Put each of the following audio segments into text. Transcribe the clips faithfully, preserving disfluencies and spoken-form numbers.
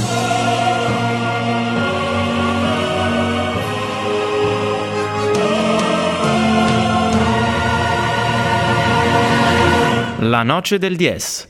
La noce del diez.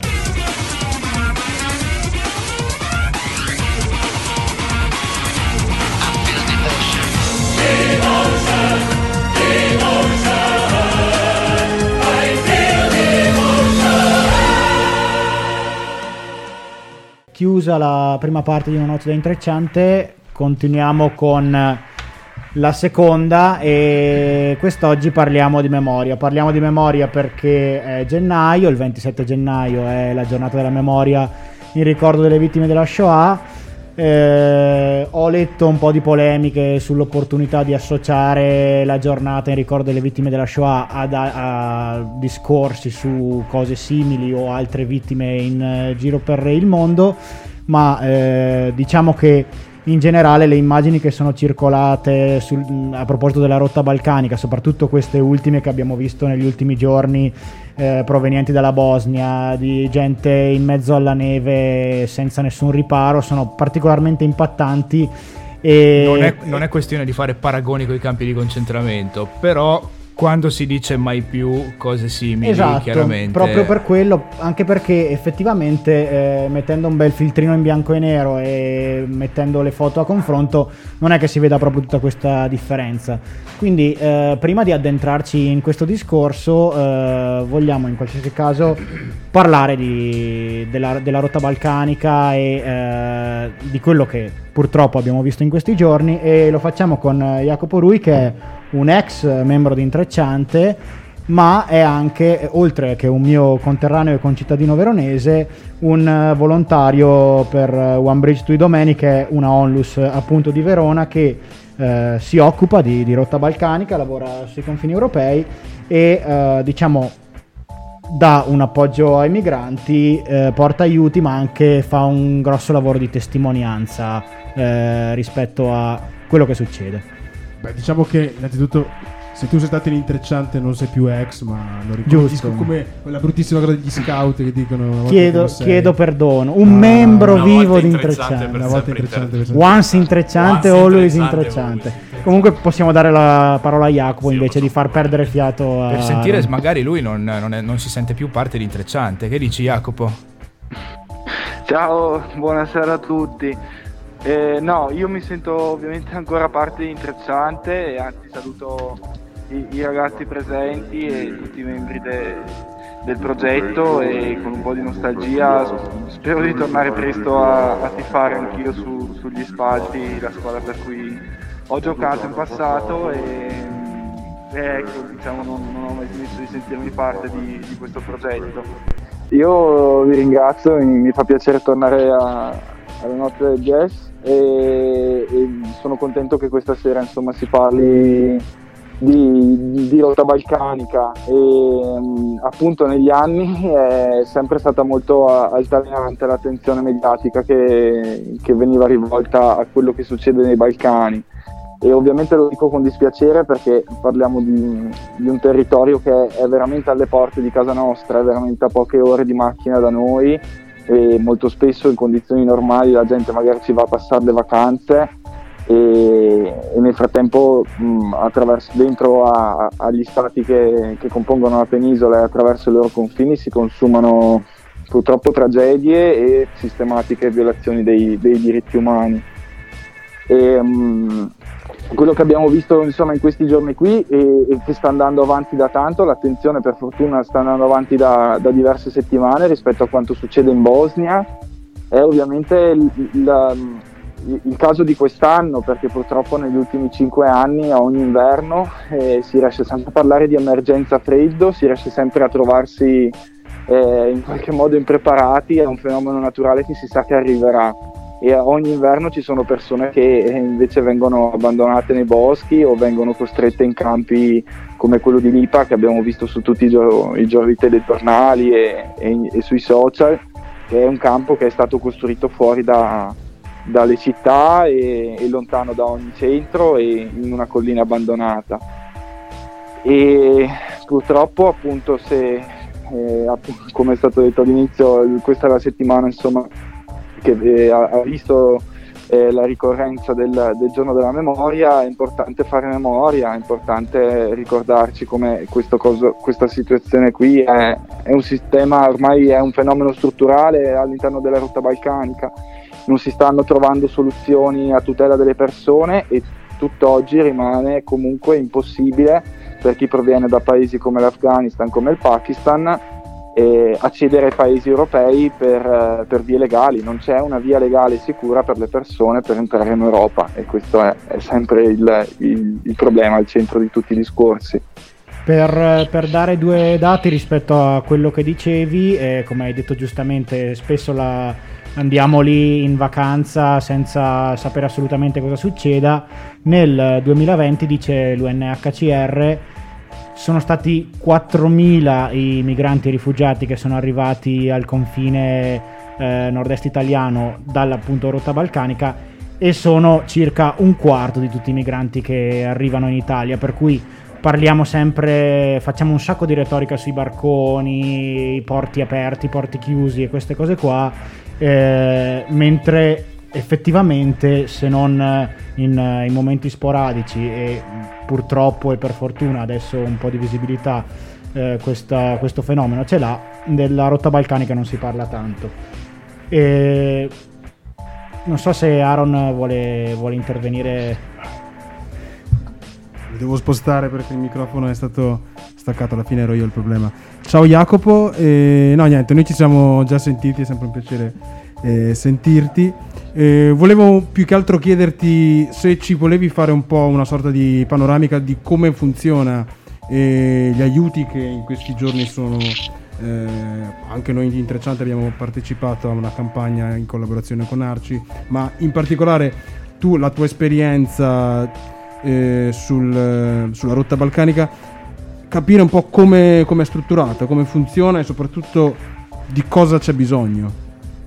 Chiusa la prima parte di Una notte da intrecciante, continuiamo con la seconda e quest'oggi parliamo di memoria. Parliamo di memoria perché è gennaio, il ventisette gennaio è la giornata della memoria in ricordo delle vittime della Shoah. Eh, ho letto un po' di polemiche sull'opportunità di associare la giornata in ricordo delle vittime della Shoah ad, a, a discorsi su cose simili o altre vittime in eh, giro per il mondo, ma eh, diciamo che in generale le immagini che sono circolate sul, a proposito della rotta balcanica, soprattutto queste ultime che abbiamo visto negli ultimi giorni, eh, provenienti dalla Bosnia, di gente in mezzo alla neve senza nessun riparo, sono particolarmente impattanti. E non è, non è questione di fare paragoni con i campi di concentramento, però quando si dice mai più cose simili, esatto, chiaramente proprio per quello, anche perché effettivamente eh, mettendo un bel filtrino in bianco e nero e mettendo le foto a confronto non è che si veda proprio tutta questa differenza. Quindi eh, prima di addentrarci in questo discorso eh, vogliamo in qualsiasi caso parlare di, della, della rotta balcanica e eh, di quello che purtroppo abbiamo visto in questi giorni, e lo facciamo con Jacopo Rui, che è un ex membro di Intrecciante, ma è anche, oltre che un mio conterraneo e concittadino veronese, un volontario per One Bridge to Idomeni, che è una onlus appunto di Verona che eh, si occupa di, di rotta balcanica, lavora sui confini europei e eh, diciamo dà un appoggio ai migranti, eh, porta aiuti, ma anche fa un grosso lavoro di testimonianza eh, rispetto a quello che succede. Beh, diciamo che innanzitutto se tu sei stato in Intrecciante non sei più ex, ma lo riconosco come quella bruttissima cosa degli scout che dicono chiedo, chiedo perdono, un ah, membro vivo di Intrecciante, una volta Intrecciante, once Intrecciante, always Intrecciante. Comunque possiamo dare la parola a Jacopo, sì, invece di far perdere fiato a... per sentire magari lui non, non, è, non si sente più parte di Intrecciante. Che dici, Jacopo? Ciao, buonasera a tutti. Eh, no, io mi sento ovviamente ancora parte di Intrecciante e anzi saluto i, i ragazzi presenti e tutti i membri de, del progetto, e con un po' di nostalgia spero di tornare presto a, a tifare anch'io su, sugli spalti la squadra per cui ho giocato in passato e, e ecco, diciamo, non, non ho mai smesso di sentirmi parte di, di questo progetto. Io vi ringrazio, mi, mi fa piacere tornare a, alla notte del jazz e, e sono contento che questa sera insomma si parli di, di rotta balcanica e um, appunto negli anni è sempre stata molto altalenante l'attenzione mediatica che, che veniva rivolta a quello che succede nei Balcani, e ovviamente lo dico con dispiacere perché parliamo di, di un territorio che è veramente alle porte di casa nostra, è veramente a poche ore di macchina da noi e molto spesso in condizioni normali la gente magari ci va a passare le vacanze e, e nel frattempo mh, attraverso, dentro a, a, agli stati che, che compongono la penisola e attraverso i loro confini si consumano purtroppo tragedie e sistematiche violazioni dei, dei diritti umani. E, mh, quello che abbiamo visto insomma in questi giorni qui e, e che sta andando avanti da tanto, l'attenzione per fortuna sta andando avanti da, da diverse settimane rispetto a quanto succede in Bosnia, è ovviamente il, il, il caso di quest'anno, perché purtroppo negli ultimi cinque anni a ogni inverno eh, si riesce sempre a parlare di emergenza freddo, si riesce sempre a trovarsi eh, in qualche modo impreparati a un fenomeno naturale che si sa che arriverà. E a ogni inverno ci sono persone che invece vengono abbandonate nei boschi o vengono costrette in campi come quello di Lipa, che abbiamo visto su tutti i, gio- i giorni telegiornali e, e, e sui social, che è un campo che è stato costruito fuori da, dalle città e, e lontano da ogni centro e in una collina abbandonata. E purtroppo appunto se eh, appunto, come è stato detto all'inizio, questa è la settimana insomma che eh, ha visto eh, la ricorrenza del, del giorno della memoria. È importante fare memoria, è importante ricordarci come questo coso, questa situazione qui è, è un sistema, ormai è un fenomeno strutturale all'interno della rotta balcanica. Non si stanno trovando soluzioni a tutela delle persone e tutt'oggi rimane comunque impossibile per chi proviene da paesi come l'Afghanistan, come il Pakistan, eh, accedere ai paesi europei per, per vie legali. Non c'è una via legale sicura per le persone per entrare in Europa, e questo è, è sempre il, il, il problema al centro di tutti i discorsi. Per, per dare due dati rispetto a quello che dicevi, eh, come hai detto giustamente, spesso la, andiamo lì in vacanza senza sapere assolutamente cosa succeda. Nel duemilaventi, dice l'U N H C R, sono stati quattromila i migranti e rifugiati che sono arrivati al confine eh, nord-est italiano dalla appunto rotta balcanica, e sono circa un quarto di tutti i migranti che arrivano in Italia, per cui parliamo sempre, facciamo un sacco di retorica sui barconi, i porti aperti, i porti chiusi e queste cose qua, eh, mentre effettivamente, se non in, in momenti sporadici, e purtroppo e per fortuna adesso un po' di visibilità, eh, questa, questo fenomeno ce l'ha, della rotta balcanica non si parla tanto. E non so se Aaron vuole, vuole intervenire. Mi devo spostare perché il microfono è stato staccato, alla fine ero io il problema. Ciao Jacopo, e no niente, noi ci siamo già sentiti, è sempre un piacere eh, sentirti. Eh, volevo più che altro chiederti se ci volevi fare un po' una sorta di panoramica di come funziona eh, gli aiuti che in questi giorni sono, eh, anche noi in Intrecciante abbiamo partecipato a una campagna in collaborazione con Arci, ma in particolare tu, la tua esperienza eh, sul, sulla rotta balcanica, capire un po' come, come è strutturata, come funziona e soprattutto di cosa c'è bisogno.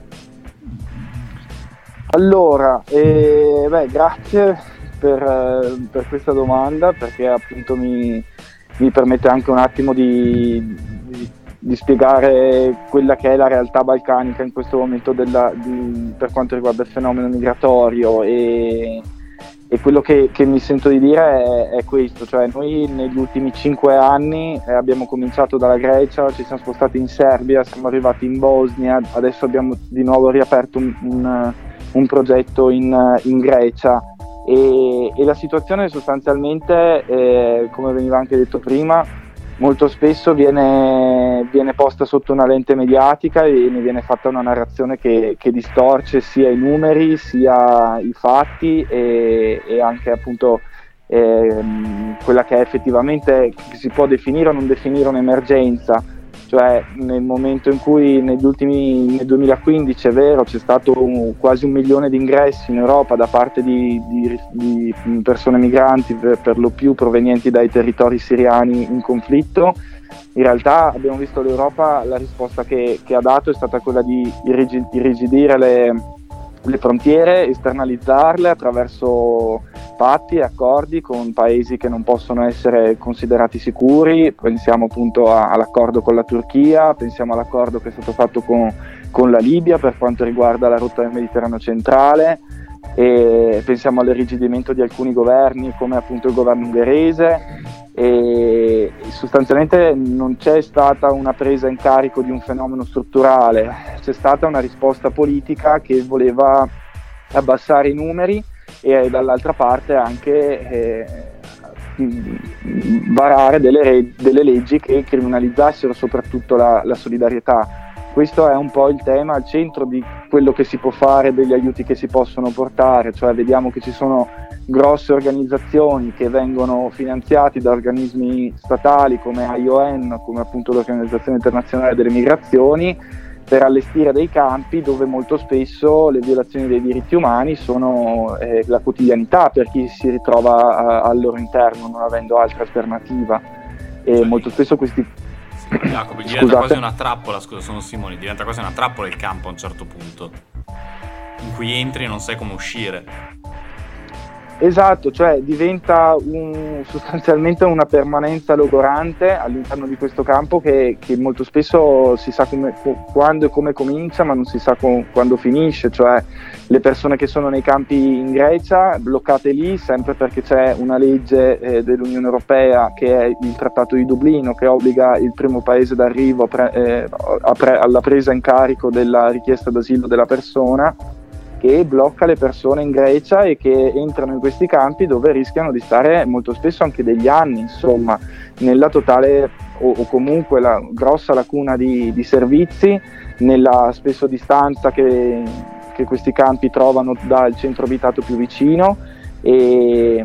Allora, eh, beh, grazie per, eh, per questa domanda, perché appunto mi, mi permette anche un attimo di, di, di spiegare quella che è la realtà balcanica in questo momento della, di, per quanto riguarda il fenomeno migratorio, e, e quello che, che mi sento di dire è, è questo, cioè noi negli ultimi cinque anni eh, abbiamo cominciato dalla Grecia, ci siamo spostati in Serbia, siamo arrivati in Bosnia, adesso abbiamo di nuovo riaperto un, un un progetto in, in Grecia, e, e la situazione sostanzialmente, eh, come veniva anche detto prima, molto spesso viene, viene posta sotto una lente mediatica e ne viene fatta una narrazione che, che distorce sia i numeri sia i fatti, e, e anche appunto eh, quella che è effettivamente, che si può definire o non definire un'emergenza. Cioè nel momento in cui negli ultimi, nel duemilaquindici è vero, c'è stato un, quasi un milione di ingressi in Europa da parte di, di, di persone migranti, per, per lo più provenienti dai territori siriani in conflitto, in realtà abbiamo visto l'Europa, la risposta che, che ha dato è stata quella di irrigidire le, le frontiere, esternalizzarle attraverso patti e accordi con paesi che non possono essere considerati sicuri. Pensiamo appunto a, all'accordo con la Turchia, pensiamo all'accordo che è stato fatto con, con la Libia per quanto riguarda la rotta del Mediterraneo centrale, e pensiamo all'irrigidimento di alcuni governi come appunto il governo ungherese, e sostanzialmente non c'è stata una presa in carico di un fenomeno strutturale, c'è stata una risposta politica che voleva abbassare i numeri e dall'altra parte anche eh, varare delle, re- delle leggi che criminalizzassero soprattutto la, la solidarietà. Questo è un po' il tema al centro di quello che si può fare, degli aiuti che si possono portare, cioè vediamo che ci sono grosse organizzazioni che vengono finanziati da organismi statali come I O M, come appunto l'Organizzazione Internazionale delle Migrazioni, per allestire dei campi dove molto spesso le violazioni dei diritti umani sono eh, la quotidianità per chi si ritrova a, al loro interno non avendo altra alternativa, e cioè, molto spesso questi Jacopo, diventa quasi una trappola, scusa, sono Simone, diventa quasi una trappola il campo a un certo punto in cui entri e non sai come uscire. Esatto, cioè diventa un, sostanzialmente una permanenza logorante all'interno di questo campo che, che molto spesso si sa come, quando e come comincia, ma non si sa com, quando finisce, cioè le persone che sono nei campi in Grecia bloccate lì sempre perché c'è una legge eh, dell'Unione Europea che è il Trattato di Dublino, che obbliga il primo paese d'arrivo a pre, eh, a pre, alla presa in carico della richiesta d'asilo della persona, che blocca le persone in Grecia e che entrano in questi campi dove rischiano di stare molto spesso anche degli anni, insomma, nella totale o, o comunque la grossa lacuna di, di servizi, nella spesso distanza che, che questi campi trovano dal centro abitato più vicino e,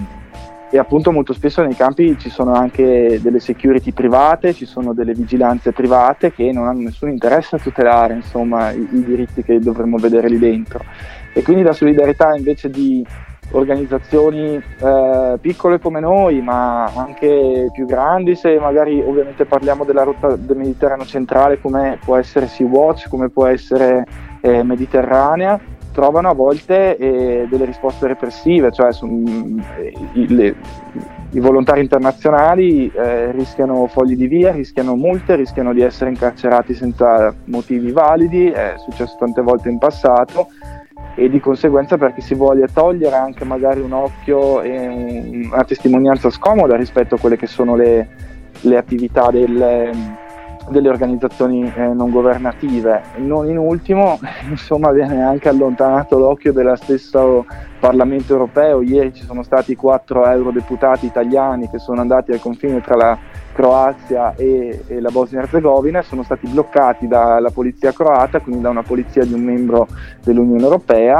e appunto molto spesso nei campi ci sono anche delle security private, ci sono delle vigilanze private che non hanno nessun interesse a tutelare, insomma, i, i diritti che dovremmo vedere lì dentro. E quindi la solidarietà invece di organizzazioni eh, piccole come noi, ma anche più grandi, se magari ovviamente parliamo della rotta del Mediterraneo centrale come può essere Sea-Watch, come può essere eh, Mediterranea, trovano a volte eh, delle risposte repressive, cioè su, i, le, i volontari internazionali eh, rischiano fogli di via, rischiano multe, rischiano di essere incarcerati senza motivi validi, è successo tante volte in passato, e di conseguenza perché si voglia togliere anche magari un occhio e un, una testimonianza scomoda rispetto a quelle che sono le, le attività del delle organizzazioni eh, non governative. Non in ultimo, insomma, viene anche allontanato l'occhio dello stesso Parlamento europeo. Ieri ci sono stati quattro eurodeputati italiani che sono andati al confine tra la Croazia e, e la Bosnia-Herzegovina e sono stati bloccati dalla polizia croata, quindi da una polizia di un membro dell'Unione Europea,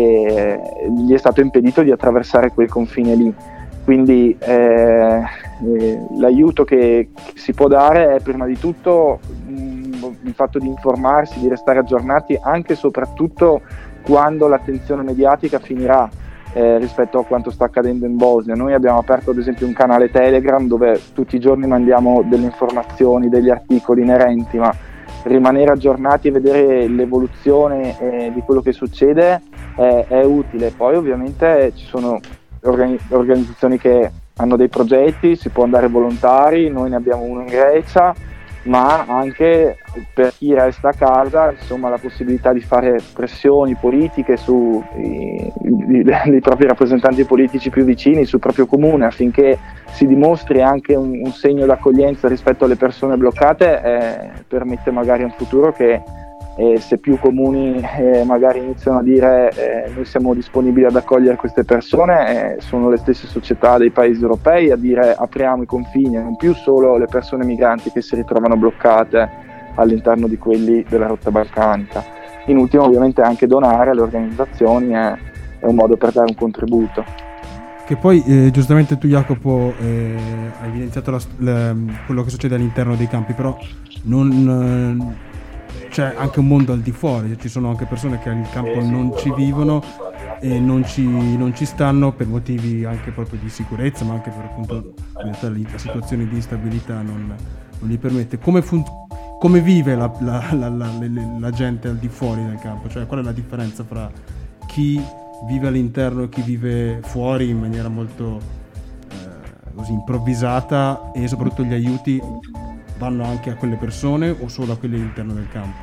e gli è stato impedito di attraversare quel confine lì. Quindi eh, eh, l'aiuto che, che si può dare è prima di tutto mh, il fatto di informarsi, di restare aggiornati anche e soprattutto quando l'attenzione mediatica finirà eh, rispetto a quanto sta accadendo in Bosnia. Noi abbiamo aperto ad esempio un canale Telegram dove tutti i giorni mandiamo delle informazioni, degli articoli inerenti, ma rimanere aggiornati e vedere l'evoluzione eh, di quello che succede eh, è utile. Poi ovviamente ci sono organizzazioni che hanno dei progetti, si può andare volontari, noi ne abbiamo uno in Grecia, ma anche per chi resta a casa, insomma, la possibilità di fare pressioni politiche sui i, i, i propri rappresentanti politici più vicini, sul proprio comune, affinché si dimostri anche un, un segno d'accoglienza rispetto alle persone bloccate, eh, permette magari un futuro che E se più comuni eh, magari iniziano a dire eh, noi siamo disponibili ad accogliere queste persone, eh, sono le stesse società dei paesi europei a dire apriamo i confini, non più solo le persone migranti che si ritrovano bloccate all'interno di quelli della rotta balcanica. In ultimo ovviamente anche donare alle organizzazioni è, è un modo per dare un contributo. Che poi eh, giustamente tu Jacopo eh, hai evidenziato la, la, quello che succede all'interno dei campi, però non... Eh, c'è anche un mondo al di fuori, ci sono anche persone che al campo non ci vivono e non ci, non ci stanno per motivi anche proprio di sicurezza, ma anche per appunto la situazione di instabilità non, non gli permette. Come, fun- come vive la, la, la, la, la, la gente al di fuori del campo? Cioè qual è la differenza fra chi vive all'interno e chi vive fuori in maniera molto eh, così improvvisata, e soprattutto gli aiuti vanno anche a quelle persone o solo a quelle all'interno del campo?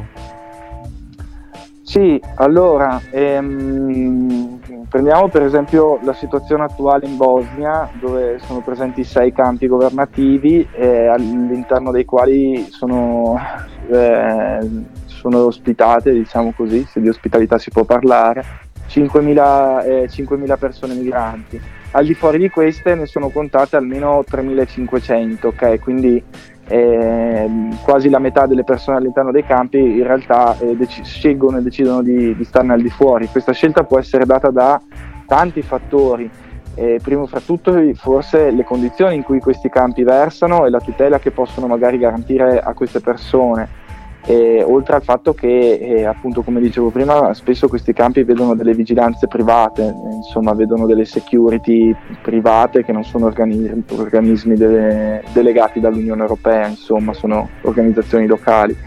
Sì, allora ehm, prendiamo per esempio la situazione attuale in Bosnia, dove sono presenti sei campi governativi eh, all'interno dei quali sono, eh, sono ospitate, diciamo così, se di ospitalità si può parlare, cinquemila, eh, cinquemila persone migranti. Al di fuori di queste ne sono contate almeno tremilacinquecento, ok? Quindi Eh, quasi la metà delle persone all'interno dei campi in realtà eh, dec- scelgono e decidono di, di starne al di fuori. Questa scelta può essere data da tanti fattori, eh, primo fra tutto forse le condizioni in cui questi campi versano e la tutela che possono magari garantire a queste persone, eh, oltre al fatto che eh, appunto, come dicevo prima, spesso questi campi vedono delle vigilanze private, insomma vedono delle security private che non sono organi- organismi de- delegati dall'Unione Europea, insomma sono organizzazioni locali.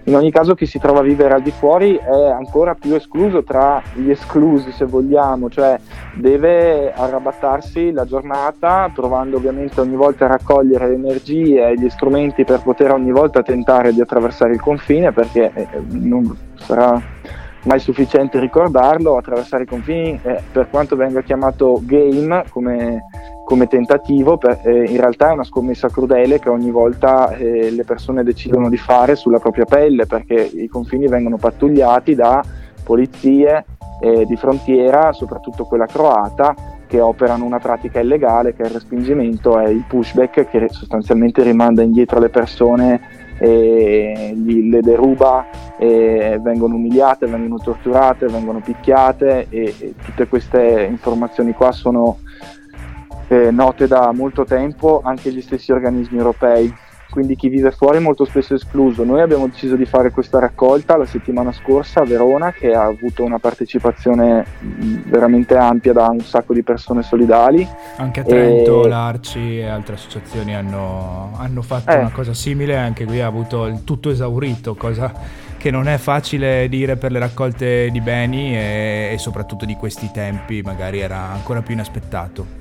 In ogni caso chi si trova a vivere al di fuori è ancora più escluso tra gli esclusi, se vogliamo, cioè deve arrabattarsi la giornata provando ovviamente ogni volta a raccogliere le energie e gli strumenti per poter ogni volta tentare di attraversare il confine, perché eh, non sarà mai sufficiente ricordarlo, attraversare i confini eh, per quanto venga chiamato game come, come tentativo, per, eh, in realtà è una scommessa crudele che ogni volta eh, le persone decidono di fare sulla propria pelle, perché i confini vengono pattugliati da polizie eh, di frontiera, soprattutto quella croata, che operano una pratica illegale che è il respingimento, è il pushback, che sostanzialmente rimanda indietro le persone e gli, le deruba, e vengono umiliate, vengono torturate, vengono picchiate, e, e tutte queste informazioni qua sono eh, note da molto tempo anche gli stessi organismi europei. Quindi chi vive fuori è molto spesso escluso. Noi abbiamo deciso di fare questa raccolta la settimana scorsa a Verona, che ha avuto una partecipazione veramente ampia da un sacco di persone solidali. Anche a Trento, e... l'Arci e altre associazioni hanno, hanno fatto eh. una cosa simile, anche qui ha avuto il tutto esaurito, cosa che non è facile dire per le raccolte di beni e, e soprattutto di questi tempi magari era ancora più inaspettato.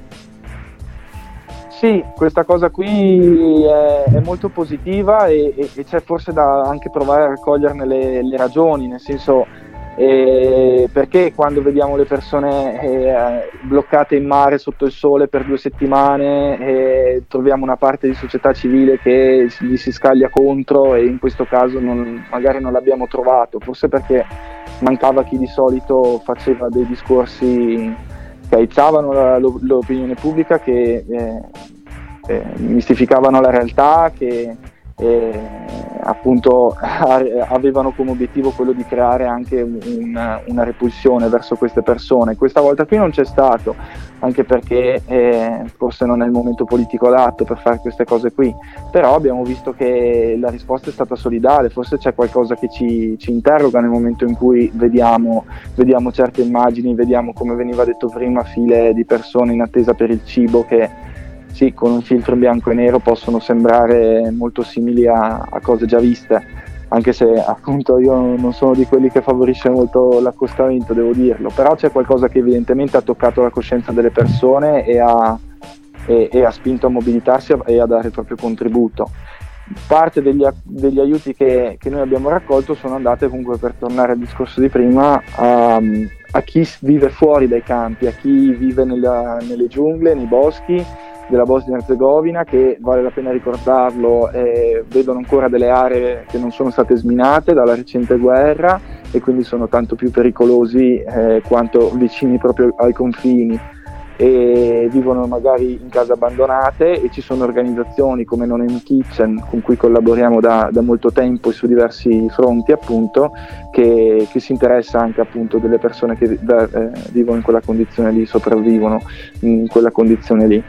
Sì, questa cosa qui è, è molto positiva e, e, e c'è forse da anche provare a raccoglierne le, le ragioni, nel senso eh, perché quando vediamo le persone eh, bloccate in mare sotto il sole per due settimane eh, troviamo una parte di società civile che gli si scaglia contro, e in questo caso non, magari non l'abbiamo trovato, forse perché mancava chi di solito faceva dei discorsi che aizzavano la, l'opinione pubblica, che eh, eh, mistificavano la realtà, che eh, appunto avevano come obiettivo quello di creare anche una, una repulsione verso queste persone. Questa volta qui non c'è stato, anche perché eh, forse non è il momento politico adatto per fare queste cose qui, però abbiamo visto che la risposta è stata solidale. Forse c'è qualcosa che ci, ci interroga nel momento in cui vediamo, vediamo certe immagini, vediamo, come veniva detto prima, file di persone in attesa per il cibo che sì, con un filtro in bianco e nero possono sembrare molto simili a, a cose già viste, anche se appunto io non sono di quelli che favorisce molto l'accostamento, devo dirlo, però c'è qualcosa che evidentemente ha toccato la coscienza delle persone e ha, e, e ha spinto a mobilitarsi e a dare il proprio contributo. Parte degli, degli aiuti che, che noi abbiamo raccolto sono andate, comunque, per tornare al discorso di prima, a, a chi vive fuori dai campi, a chi vive nella, nelle giungle, nei boschi della Bosnia e Erzegovina, che vale la pena ricordarlo, eh, vedono ancora delle aree che non sono state sminate dalla recente guerra e quindi sono tanto più pericolosi eh, quanto vicini proprio ai confini, e vivono magari in case abbandonate, e ci sono organizzazioni come Non Name Kitchen, con cui collaboriamo da, da molto tempo e su diversi fronti, appunto, che, che si interessa anche appunto delle persone che da, eh, vivono in quella condizione lì, sopravvivono in quella condizione lì,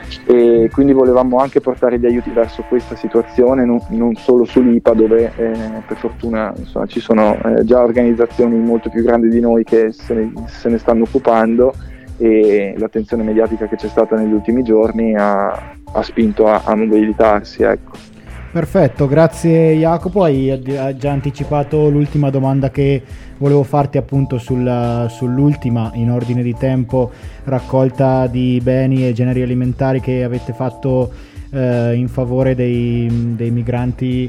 e quindi volevamo anche portare gli aiuti verso questa situazione, non, non solo sull'I P A, dove eh, per fortuna insomma, ci sono eh, già organizzazioni molto più grandi di noi che se ne, se ne stanno occupando, e l'attenzione mediatica che c'è stata negli ultimi giorni ha, ha spinto a, a mobilitarsi, ecco. Perfetto, grazie Jacopo, hai, hai già anticipato l'ultima domanda che volevo farti, appunto sul, sull'ultima in ordine di tempo raccolta di beni e generi alimentari che avete fatto eh, in favore dei, dei migranti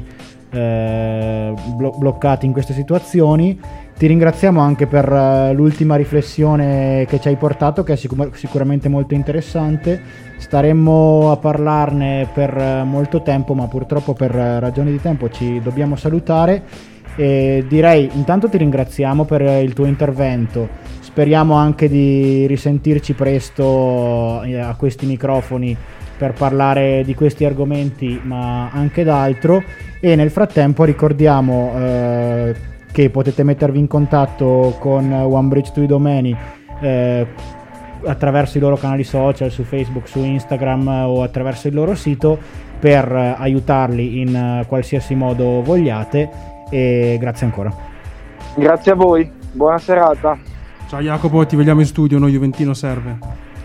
eh, blo- bloccati in queste situazioni. Ti ringraziamo anche per uh, l'ultima riflessione che ci hai portato, che è sicur- sicuramente molto interessante. Staremmo a parlarne per uh, molto tempo, ma purtroppo per uh, ragioni di tempo ci dobbiamo salutare. E direi, intanto ti ringraziamo per uh, il tuo intervento. Speriamo anche di risentirci presto uh, a questi microfoni per parlare di questi argomenti, ma anche d'altro. E nel frattempo ricordiamo uh, che potete mettervi in contatto con OneBridge to Domeni eh, attraverso i loro canali social, su Facebook, su Instagram o attraverso il loro sito, per eh, aiutarli in eh, qualsiasi modo vogliate. E grazie ancora. Grazie a voi, buona serata. Ciao Jacopo, ti vediamo in studio, noi Juventino serve.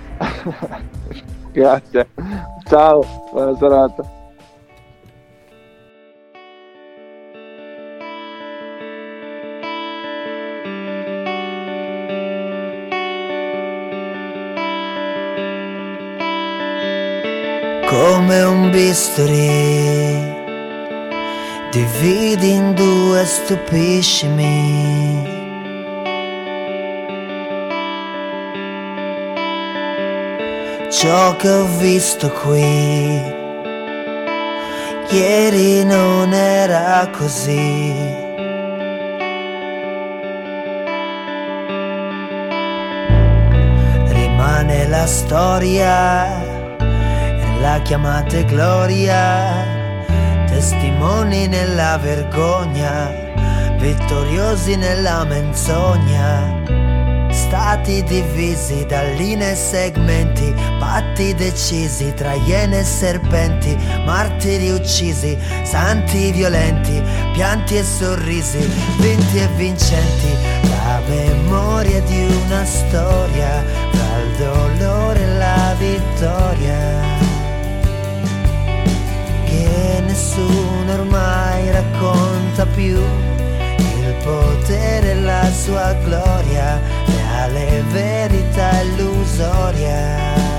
Grazie, ciao, buona serata. come un bisturi, dividi in due, stupiscimi. Ciò che ho visto qui ieri non era così. Rimane la storia e la chiamate gloria, testimoni nella vergogna, vittoriosi nella menzogna. Stati divisi da linee e segmenti, patti decisi tra iene e serpenti, martiri uccisi, santi violenti, pianti e sorrisi, vinti e vincenti. La memoria di una storia, tra il dolore e la vittoria, che nessuno ormai racconta più. Il potere e la sua gloria, reale verità illusoria.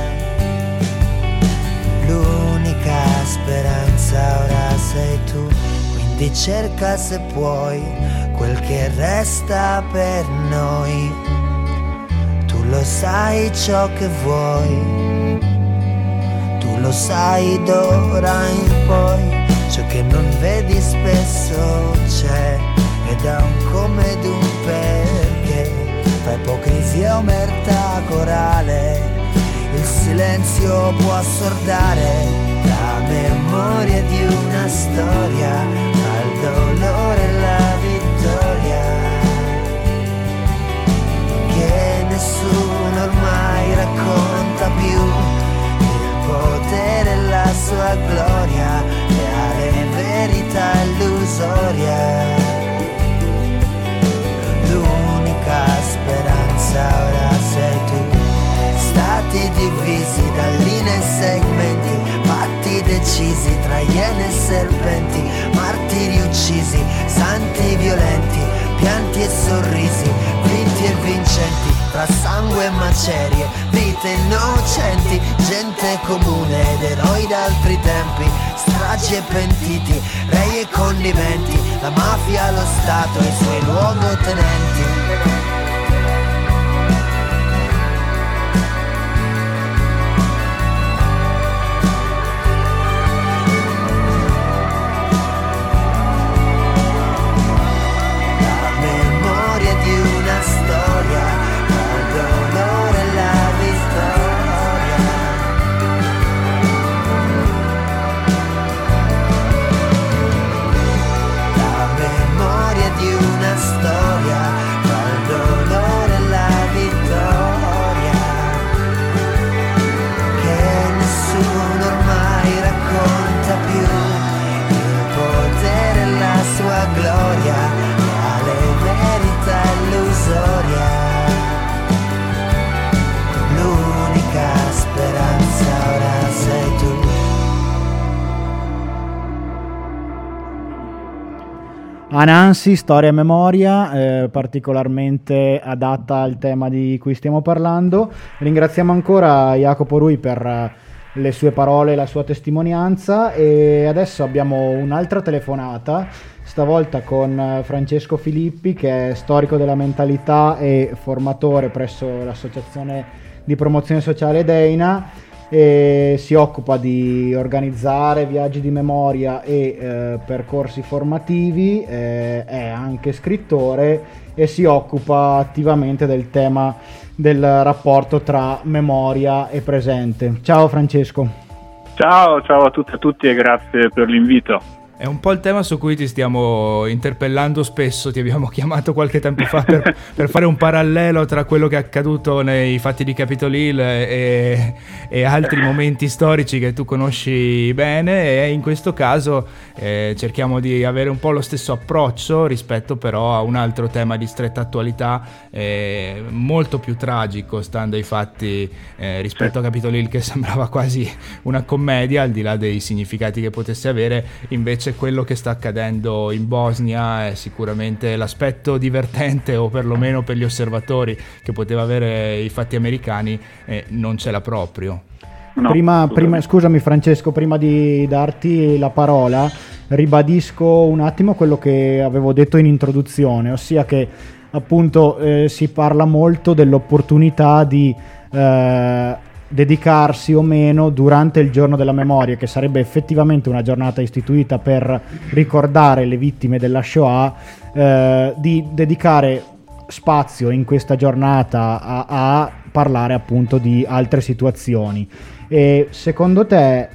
L'unica speranza ora sei tu, quindi cerca se puoi quel che resta per noi. Tu lo sai ciò che vuoi, tu lo sai d'ora in poi. Ciò che non vedi spesso c'è, ed ha un come ed un perché, tra ipocrisia e omertà corale, il silenzio può assordare la memoria di una storia, tra il dolore e la vittoria, che nessuno ormai racconta più. Il potere e la sua gloria, reale verità illusoria. L'unica speranza ora sei tu. Stati divisi da linee e segmenti, patti decisi tra iene e serpenti, martiri uccisi, santi violenti, pianti e sorrisi, vinti e vincenti, tra sangue e macerie, vite innocenti, gente comune ed eroi d'altri tempi, stragi e pentiti, rei e conniventi, la mafia, lo Stato e i suoi luogotenenti. Anansi, storia e memoria, eh, particolarmente adatta al tema di cui stiamo parlando. Ringraziamo ancora Jacopo Rui per eh, le sue parole e la sua testimonianza, e adesso abbiamo un'altra telefonata, stavolta con Francesco Filippi, che è storico della mentalità e formatore presso l'associazione di promozione sociale Deina, e si occupa di organizzare viaggi di memoria e eh, percorsi formativi, eh, è anche scrittore e si occupa attivamente del tema del rapporto tra memoria e presente. Ciao Francesco. Ciao, ciao a tutte e a tutti e grazie per l'invito. È un po' il tema su cui ti stiamo interpellando spesso, ti abbiamo chiamato qualche tempo fa per, per fare un parallelo tra quello che è accaduto nei fatti di Capitol Hill e, e altri momenti storici che tu conosci bene, e in questo caso eh, cerchiamo di avere un po' lo stesso approccio rispetto però a un altro tema di stretta attualità, eh, molto più tragico stando ai fatti eh, rispetto a Capitol Hill, che sembrava quasi una commedia al di là dei significati che potesse avere. Invece quello che sta accadendo in Bosnia è sicuramente l'aspetto divertente, o perlomeno per gli osservatori, che poteva avere i fatti americani, eh, non ce l'ha proprio. No, prima, prima, scusami Francesco, prima di darti la parola, ribadisco un attimo quello che avevo detto in introduzione, ossia che appunto eh, si parla molto dell'opportunità di eh, dedicarsi o meno durante il giorno della memoria, che sarebbe effettivamente una giornata istituita per ricordare le vittime della Shoah, eh, di dedicare spazio in questa giornata a, a parlare appunto di altre situazioni. E secondo te,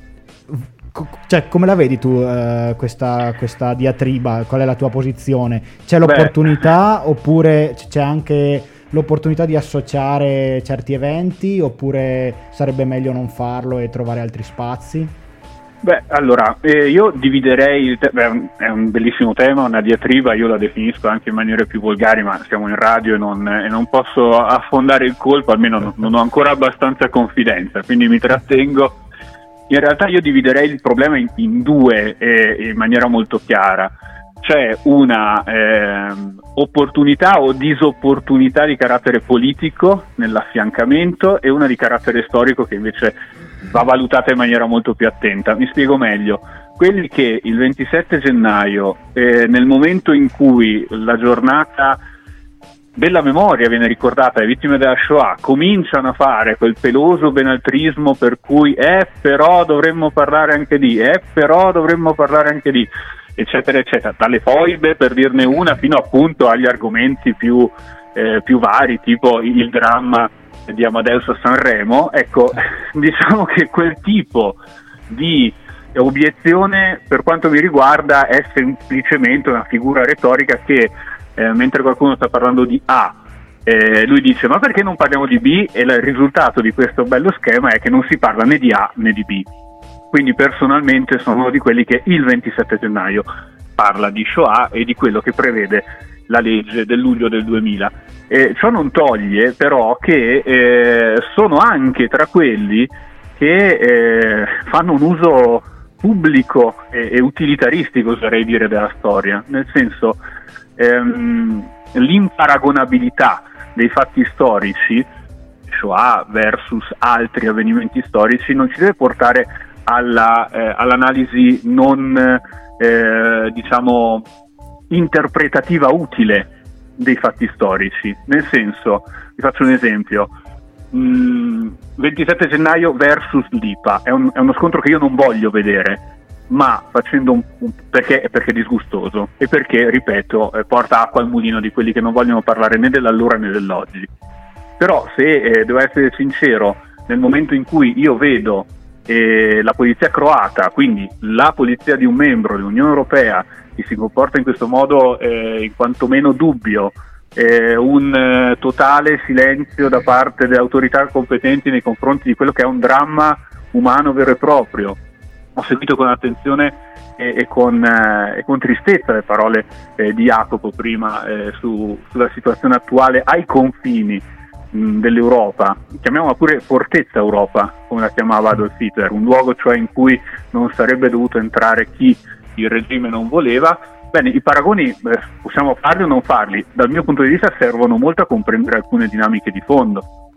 cioè, come la vedi tu uh, questa, questa diatriba? Qual è la tua posizione? C'è l'opportunità Beh. oppure c'è anche l'opportunità di associare certi eventi, oppure sarebbe meglio non farlo e trovare altri spazi? Beh, allora, eh, io dividerei, il te- beh, è un bellissimo tema, una diatriba, io la definisco anche in maniere più volgari, ma siamo in radio e non, e non posso affondare il colpo, almeno non, non ho ancora abbastanza confidenza, quindi mi trattengo. In realtà io dividerei il problema in, in due eh, in maniera molto chiara. C'è una eh, opportunità o disopportunità di carattere politico nell'affiancamento e una di carattere storico che invece va valutata in maniera molto più attenta. Mi spiego meglio. Quelli che il ventisette gennaio, eh, nel momento in cui la giornata della memoria viene ricordata alle vittime della Shoah, cominciano a fare quel peloso benaltrismo per cui eh però dovremmo parlare anche di, eh però dovremmo parlare anche di, eccetera eccetera, dalle foibe per dirne una fino appunto agli argomenti più, eh, più vari, tipo il dramma di Amadeus a Sanremo. Ecco, diciamo che quel tipo di obiezione, per quanto mi riguarda, è semplicemente una figura retorica che eh, mentre qualcuno sta parlando di A, eh, lui dice ma perché non parliamo di B, e il risultato di questo bello schema è che non si parla né di A né di B. Quindi personalmente sono uno di quelli che il ventisette gennaio parla di Shoah e di quello che prevede la legge del luglio del duemila. Eh, ciò non toglie però che eh, sono anche tra quelli che eh, fanno un uso pubblico e, e utilitaristico, oserei dire, della storia, nel senso ehm, l'imparagonabilità dei fatti storici, Shoah versus altri avvenimenti storici, non ci deve portare alla, eh, all'analisi non eh, diciamo interpretativa utile dei fatti storici. Nel senso, vi faccio un esempio, mm, ventisette gennaio versus l'I P A è, un, è uno scontro che io non voglio vedere, ma facendo un, un perché, perché è disgustoso e perché, ripeto, eh, porta acqua al mulino di quelli che non vogliono parlare né dell'allora né dell'oggi. Però se eh, devo essere sincero, nel momento in cui io vedo eh, la polizia croata, quindi la polizia di un membro dell'Unione Europea, che si comporta in questo modo eh, in quantomeno dubbio, eh, un eh, totale silenzio da parte delle autorità competenti nei confronti di quello che è un dramma umano vero e proprio. Ho seguito con attenzione e, e, con, eh, e con tristezza le parole eh, di Jacopo prima eh, su, sulla situazione attuale ai confini mh, dell'Europa, chiamiamola pure Fortezza Europa, come la chiamava Adolf Hitler, un luogo cioè in cui non sarebbe dovuto entrare chi il regime non voleva. Bene, i paragoni eh, possiamo farli o non farli, dal mio punto di vista servono molto a comprendere alcune dinamiche di fondo.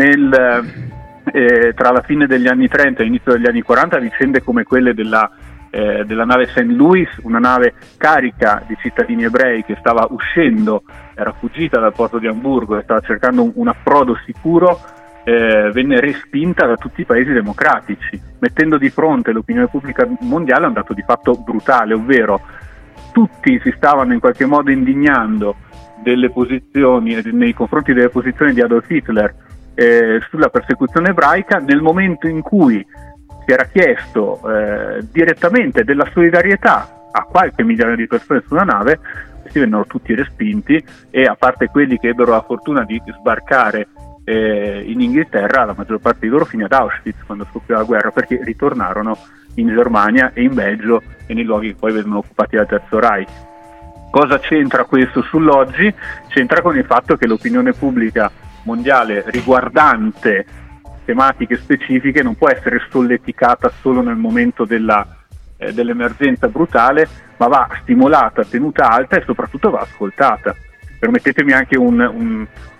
Nel, eh, tra la fine degli anni trenta e l'inizio degli anni quaranta vicende come quelle della, eh, della nave Saint Louis, una nave carica di cittadini ebrei che stava uscendo, era fuggita dal porto di Amburgo e stava cercando un, un approdo sicuro, eh, venne respinta da tutti i paesi democratici, mettendo di fronte l'opinione pubblica mondiale a un dato di fatto brutale, ovvero tutti si stavano in qualche modo indignando delle posizioni, nei confronti delle posizioni di Adolf Hitler eh, sulla persecuzione ebraica, nel momento in cui si era chiesto eh, direttamente della solidarietà a qualche migliaia di persone sulla nave, questi vennero tutti respinti e, a parte quelli che ebbero la fortuna di sbarcare eh, in Inghilterra, la maggior parte di loro finì ad Auschwitz quando scoppiò la guerra, perché ritornarono in Germania e in Belgio e nei luoghi che poi venivano occupati dal Terzo Reich. Cosa c'entra questo sull'oggi? C'entra con il fatto che l'opinione pubblica mondiale riguardante tematiche specifiche non può essere solleticata solo nel momento della, eh, dell'emergenza brutale, ma va stimolata, tenuta alta e soprattutto va ascoltata. Permettetemi anche un, un,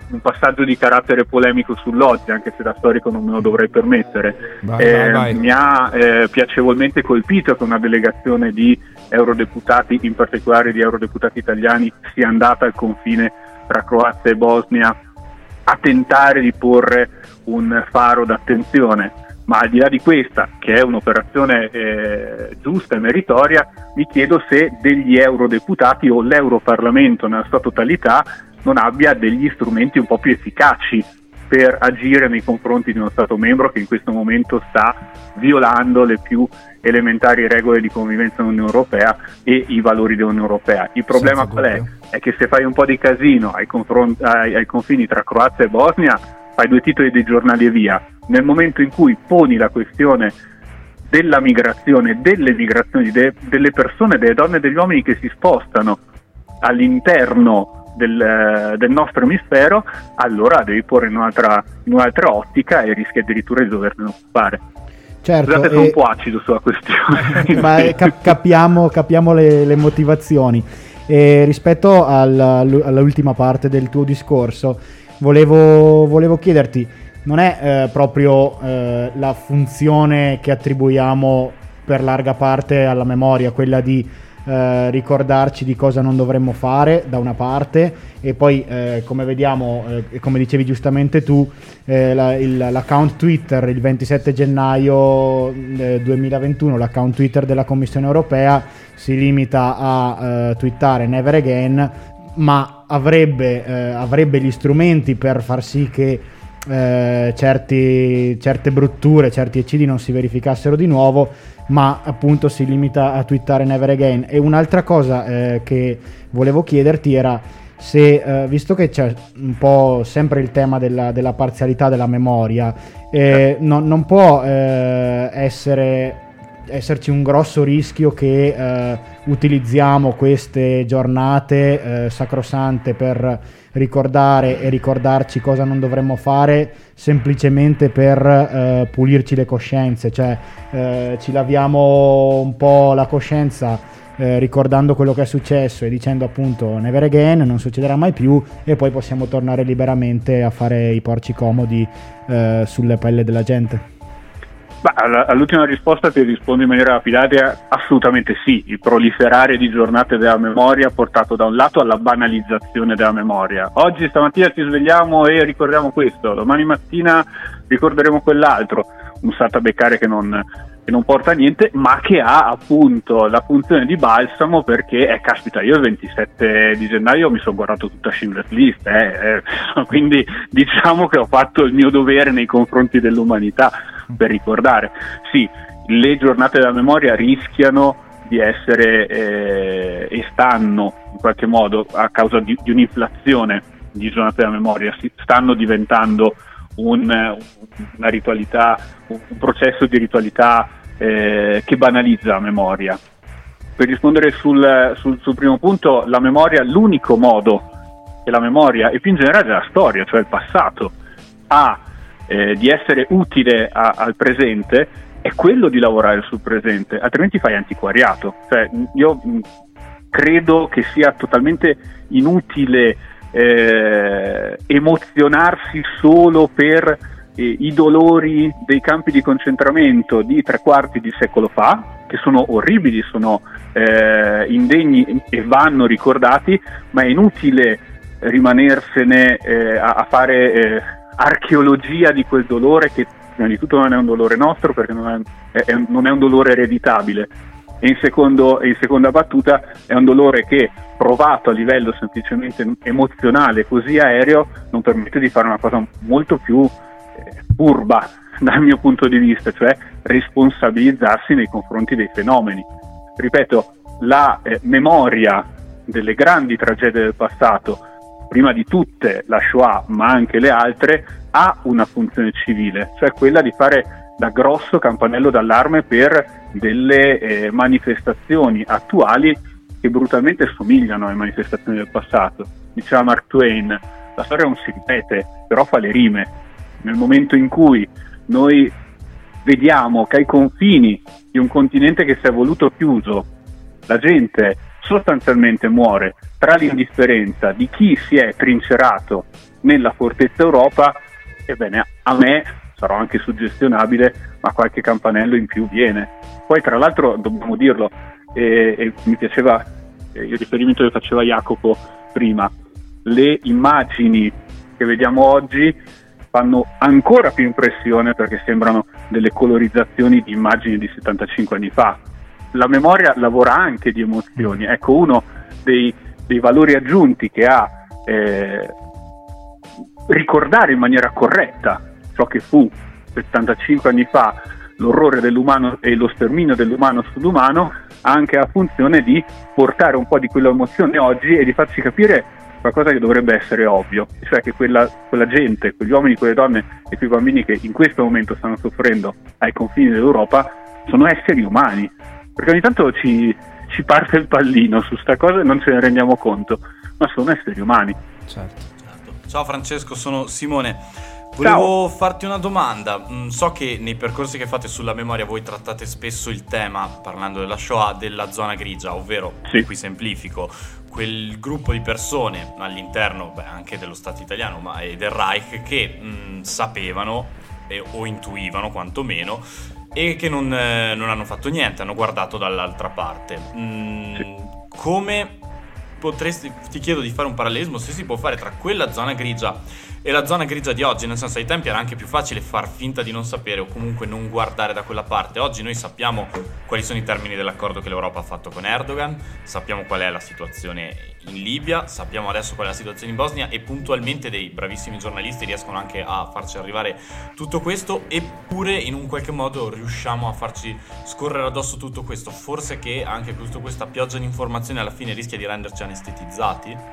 un passaggio di carattere polemico sull'oggi, anche se da storico non me lo dovrei permettere. Vai, eh, vai, vai. Mi ha eh, piacevolmente colpito che una delegazione di eurodeputati, in particolare di eurodeputati italiani, sia andata al confine tra Croazia e Bosnia a tentare di porre un faro d'attenzione. Ma al di là di questa, che è un'operazione eh, giusta e meritoria, mi chiedo se degli eurodeputati o l'Europarlamento nella sua totalità non abbia degli strumenti un po' più efficaci per agire nei confronti di uno Stato membro che in questo momento sta violando le più elementari regole di convivenza dell'Unione Europea e i valori dell'Unione Europea. Il problema Senza qual è? dubbio. È che se fai un po' di casino ai, confront- ai, ai confini tra Croazia e Bosnia, fai due titoli dei giornali e via. Nel momento in cui poni la questione della migrazione, delle migrazioni, de- delle persone, delle donne e degli uomini che si spostano all'interno del, del nostro emisfero, allora devi porre in un'altra, in un'altra ottica e rischi addirittura di doverne occupare. Certo, Scusate, sono e... un po' acido sulla questione. Ma cap- capiamo, capiamo le, le motivazioni. E rispetto alla, all'ultima parte del tuo discorso, volevo, volevo chiederti, non è eh, proprio eh, la funzione che attribuiamo per larga parte alla memoria, quella di eh, ricordarci di cosa non dovremmo fare da una parte, e poi eh, come vediamo eh, e come dicevi giustamente tu, eh, la, il, l'account Twitter il ventisette gennaio eh, duemilaventuno, l'account Twitter della Commissione Europea si limita a eh, twittare Never Again, ma avrebbe, eh, avrebbe gli strumenti per far sì che eh, certi, certe brutture, certi eccidi non si verificassero di nuovo, ma appunto si limita a twittare Never Again. E un'altra cosa eh, che volevo chiederti era se, eh, visto che c'è un po' sempre il tema della, della parzialità della memoria, eh, no, non può eh, essere esserci un grosso rischio che eh, utilizziamo queste giornate eh, sacrosante per ricordare e ricordarci cosa non dovremmo fare semplicemente per eh, pulirci le coscienze, cioè eh, ci laviamo un po' la coscienza eh, ricordando quello che è successo e dicendo appunto Never Again, non succederà mai più, e poi possiamo tornare liberamente a fare i porci comodi eh, sulle pelle della gente. Bah, all'ultima risposta ti rispondo in maniera lapidaria: assolutamente sì. Il proliferare di giornate della memoria ha portato da un lato alla banalizzazione della memoria. Oggi stamattina ci svegliamo e ricordiamo questo, domani mattina ricorderemo quell'altro, un salto a beccare che non, che non porta a niente, ma che ha appunto la funzione di balsamo, perché eh, caspita, io il ventisette di gennaio mi sono guardato tutta Schindler's List, eh, eh, quindi diciamo che ho fatto il mio dovere nei confronti dell'umanità per ricordare. Sì, le giornate della memoria rischiano di essere eh, e stanno in qualche modo, a causa di, di un'inflazione di giornate della memoria, si, stanno diventando un, una ritualità, un processo di ritualità eh, che banalizza la memoria. Per rispondere sul, sul, sul primo punto, la memoria, l'unico modo che la memoria, e più in generale la storia, cioè il passato, ha Eh, di essere utile a, al presente, è quello di lavorare sul presente, altrimenti fai antiquariato. Cioè, io mh, credo che sia totalmente inutile eh, emozionarsi solo per eh, i dolori dei campi di concentramento di tre quarti di secolo fa, che sono orribili, sono eh, indegni e vanno ricordati, ma è inutile rimanersene eh, a, a fare eh, archeologia di quel dolore, che prima di tutto non è un dolore nostro, perché non è, è, non è un dolore ereditabile, e in, secondo, e in seconda battuta è un dolore che, provato a livello semplicemente emozionale, così aereo, non permette di fare una cosa molto più eh, furba dal mio punto di vista, cioè responsabilizzarsi nei confronti dei fenomeni. Ripeto, la eh, memoria delle grandi tragedie del passato, prima di tutte la Shoah, ma anche le altre, ha una funzione civile, cioè quella di fare da grosso campanello d'allarme per delle eh, manifestazioni attuali che brutalmente somigliano alle manifestazioni del passato. Diceva Mark Twain, la storia non si ripete, però fa le rime. Nel momento in cui noi vediamo che ai confini di un continente che si è voluto chiuso la gente sostanzialmente muore tra l'indifferenza di chi si è trincerato nella fortezza Europa, ebbene a me, sarò anche suggestionabile, ma qualche campanello in più viene. Poi tra l'altro dobbiamo dirlo, e, e mi piaceva eh, il riferimento che faceva Jacopo prima, le immagini che vediamo oggi fanno ancora più impressione perché sembrano delle colorizzazioni di immagini di settantacinque anni fa. La memoria lavora anche di emozioni. Ecco, uno dei, dei valori aggiunti che ha eh, ricordare in maniera corretta ciò che fu settantacinque anni fa l'orrore dell'umano e lo sterminio dell'umano sull'umano, ha anche la funzione di portare un po' di quella emozione oggi e di farci capire qualcosa che dovrebbe essere ovvio, cioè che quella, quella gente, quegli uomini, quelle donne e quei bambini che in questo momento stanno soffrendo ai confini dell'Europa sono esseri umani, perché ogni tanto ci, ci parte il pallino su sta cosa e non ce ne rendiamo conto, ma sono esseri umani. Certo. Certo. Ciao Francesco, sono Simone. Volevo Ciao. farti una domanda. So che nei percorsi che fate sulla memoria voi trattate spesso il tema, parlando della Shoah, della zona grigia, ovvero, sì. qui semplifico, quel gruppo di persone all'interno beh, anche dello Stato italiano ma e del Reich che mh, sapevano eh, o intuivano quantomeno e che non, eh, non hanno fatto niente, hanno guardato dall'altra parte. Mm, sì. Come potresti, ti chiedo di fare un parallelismo, se si può fare tra quella zona grigia e la zona grigia di oggi, nel senso ai tempi era anche più facile far finta di non sapere o comunque non guardare da quella parte. Oggi noi sappiamo quali sono i termini dell'accordo che l'Europa ha fatto con Erdogan, sappiamo qual è la situazione in Libia, sappiamo adesso qual è la situazione in Bosnia e puntualmente dei bravissimi giornalisti riescono anche a farci arrivare tutto questo, eppure in un qualche modo riusciamo a farci scorrere addosso tutto questo. Forse che anche tutta questa pioggia di informazioni alla fine rischia di renderci anestetizzati?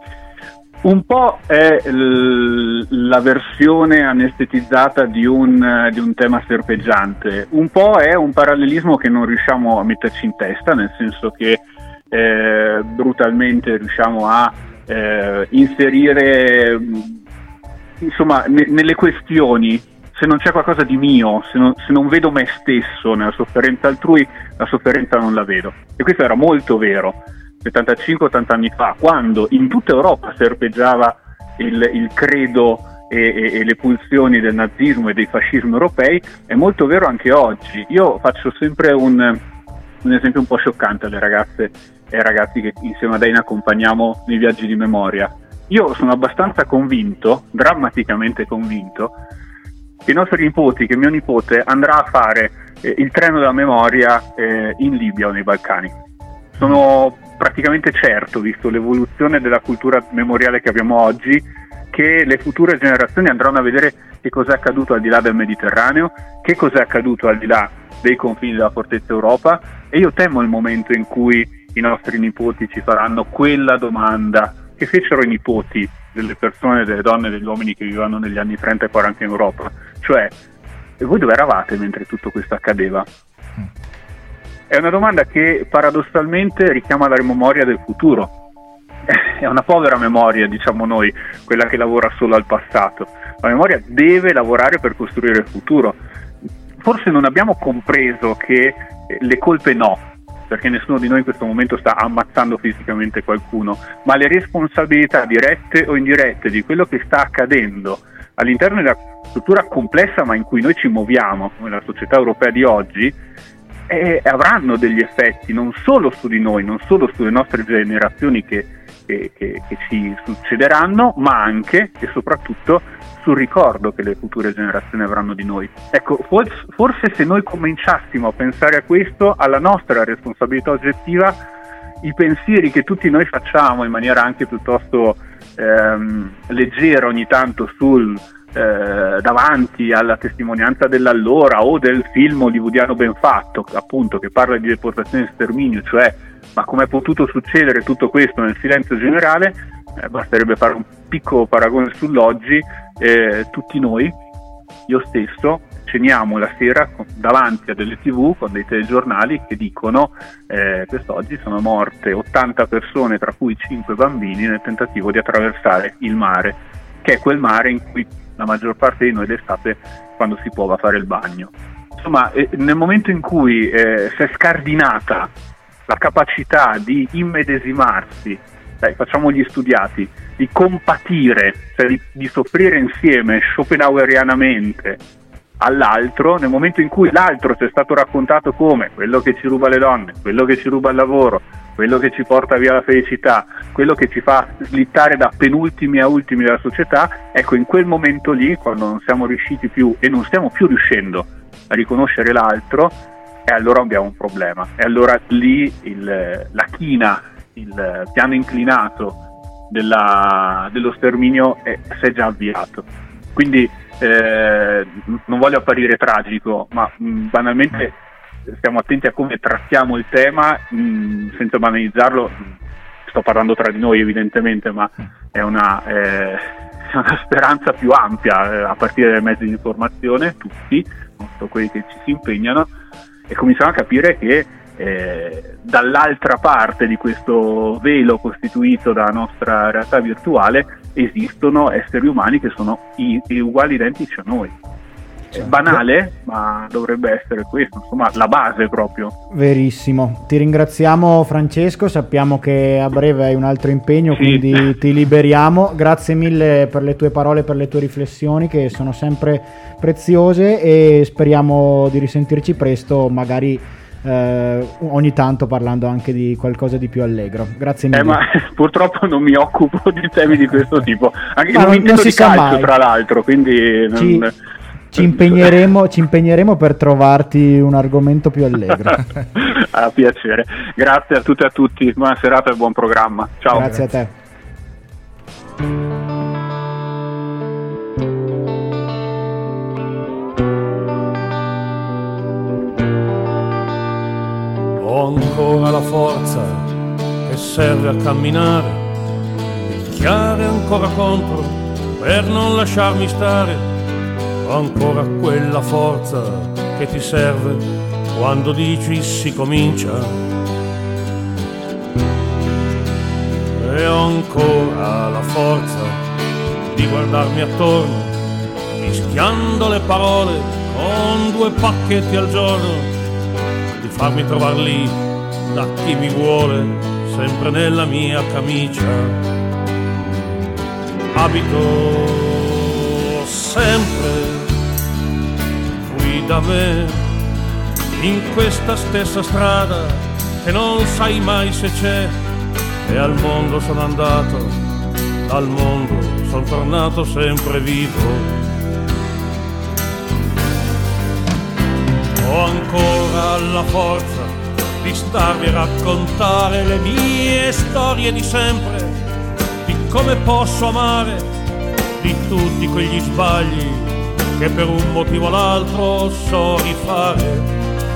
Un po' è l- la versione anestetizzata di un, di un tema serpeggiante, un po' è un parallelismo che non riusciamo a metterci in testa, nel senso che eh, brutalmente riusciamo a eh, inserire insomma ne- nelle questioni, se non c'è qualcosa di mio, se non, se non vedo me stesso nella sofferenza altrui, la sofferenza non la vedo. E questo era molto vero settantacinque ottanta anni fa, quando in tutta Europa serpeggiava il, il credo e, e, e le pulsioni del nazismo e dei fascismi europei. È molto vero anche oggi. Io faccio sempre un, un esempio un po' scioccante alle ragazze e ai ragazzi che insieme a Daina accompagniamo nei viaggi di memoria. Io sono abbastanza convinto, drammaticamente convinto, che i nostri nipoti, che mio nipote andrà a fare eh, il treno della memoria eh, in Libia o nei Balcani. Sono praticamente certo, visto l'evoluzione della cultura memoriale che abbiamo oggi, che le future generazioni andranno a vedere che cos'è accaduto al di là del Mediterraneo, che cos'è accaduto al di là dei confini della fortezza Europa, e io temo il momento in cui i nostri nipoti ci faranno quella domanda che fecero i nipoti delle persone, delle donne e degli uomini che vivevano negli anni trenta e quaranta in Europa, cioè: e voi dove eravate mentre tutto questo accadeva? È una domanda che paradossalmente richiama la memoria del futuro. È una povera memoria, diciamo noi, quella che lavora solo al passato. La memoria deve lavorare per costruire il futuro. Forse non abbiamo compreso che le colpe no, perché nessuno di noi in questo momento sta ammazzando fisicamente qualcuno, ma le responsabilità dirette o indirette di quello che sta accadendo all'interno della struttura complessa ma in cui noi ci muoviamo, come la società europea di oggi, E avranno degli effetti non solo su di noi, non solo sulle nostre generazioni che, che, che, che ci succederanno, ma anche e soprattutto sul ricordo che le future generazioni avranno di noi. Ecco, forse, forse se noi cominciassimo a pensare a questo, alla nostra responsabilità oggettiva, i pensieri che tutti noi facciamo in maniera anche piuttosto ehm, leggera ogni tanto sul Eh, davanti alla testimonianza dell'allora o del film hollywoodiano ben fatto, appunto, che parla di deportazione e sterminio, cioè ma com'è potuto succedere tutto questo nel silenzio generale, eh, basterebbe fare un piccolo paragone sull'oggi. Eh, tutti noi, io stesso, ceniamo la sera davanti a delle tv con dei telegiornali che dicono eh, quest'oggi sono morte ottanta persone, tra cui cinque bambini, nel tentativo di attraversare il mare, che è quel mare in cui la maggior parte di noi d'estate, quando si può, va a fare il bagno. Insomma, eh, nel momento in cui eh, si è scardinata la capacità di immedesimarsi dai, facciamo gli studiati, di compatire, cioè di, di soffrire insieme schopenhauerianamente all'altro, nel momento in cui l'altro ci è stato raccontato come quello che ci ruba le donne, quello che ci ruba il lavoro, quello che ci porta via la felicità, quello che ci fa slittare da penultimi a ultimi della società, ecco, in quel momento lì, quando non siamo riusciti più e non stiamo più riuscendo a riconoscere l'altro, e allora abbiamo un problema. E allora lì il, la china, il piano inclinato della, dello sterminio è, si è già avviato. Quindi eh, non voglio apparire tragico, ma mh, banalmente stiamo attenti a come trattiamo il tema, mh, senza banalizzarlo. Sto parlando tra di noi evidentemente, ma è una, eh, è una speranza più ampia, eh, a partire dai mezzi di informazione, tutti, non solo quelli che ci si impegnano, e cominciamo a capire che eh, dall'altra parte di questo velo costituito dalla nostra realtà virtuale esistono esseri umani che sono i, i uguali, identici a noi. È banale, ma dovrebbe essere questo, insomma, la base proprio. Verissimo. Ti ringraziamo, Francesco, sappiamo che a breve hai un altro impegno, sì. Quindi ti liberiamo. Grazie mille per le tue parole, per le tue riflessioni, che sono sempre preziose, e speriamo di risentirci presto, magari eh, ogni tanto parlando anche di qualcosa di più allegro. Grazie mille. Eh, ma purtroppo non mi occupo di temi di questo tipo, anche ma non, non, non si di sa calcio, mai. Tra l'altro, quindi non... Ci... Ci impegneremo, ci impegneremo per trovarti un argomento più allegro. A piacere. Grazie a tutte e a tutti. Buona serata e buon programma. Ciao. Grazie, grazie a te. Ho ancora la forza che serve a camminare, picchiare ancora contro per non lasciarmi stare. Ho ancora quella forza che ti serve quando dici si comincia. E ho ancora la forza di guardarmi attorno, mischiando le parole con due pacchetti al giorno, di farmi trovar lì da chi mi vuole, sempre nella mia camicia. Abito sempre qui da me, in questa stessa strada che non sai mai se c'è, e al mondo sono andato, dal mondo sono tornato sempre vivo. Ho ancora la forza di starvi a raccontare le mie storie di sempre, di come posso amare, di tutti quegli sbagli che per un motivo o l'altro so rifare.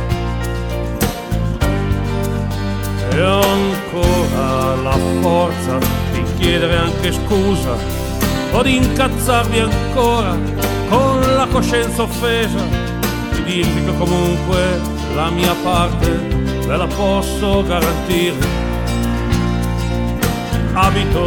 E ho ancora la forza di chiedere anche scusa, o di incazzarvi ancora con la coscienza offesa, di dirvi che comunque la mia parte ve la posso garantire. Abito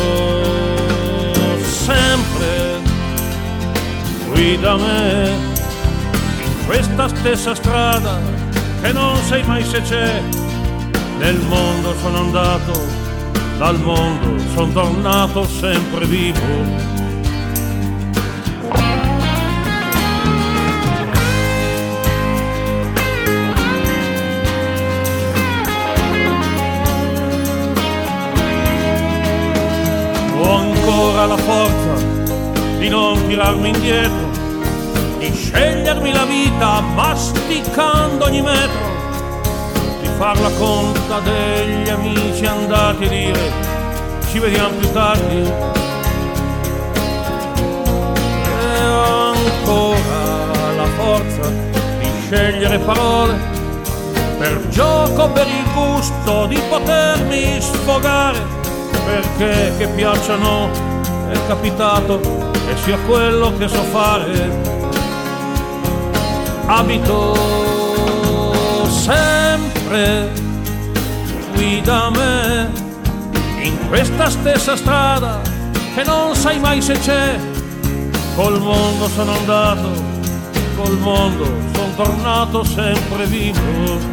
sempre qui da me, in questa stessa strada che non sai mai se c'è. Nel mondo sono andato, dal mondo sono tornato sempre vivo. Ho ancora la forza di non tirarmi indietro, di scegliermi la vita masticando ogni metro, di far la conta degli amici andati e dire ci vediamo più tardi. E ho ancora la forza di scegliere parole per gioco, per il gusto di potermi sfogare, perché che piacciono è capitato e sia quello che so fare. Abito sempre qui da me, in questa stessa strada che non sai mai se c'è. Col mondo sono andato, col mondo sono tornato sempre vivo.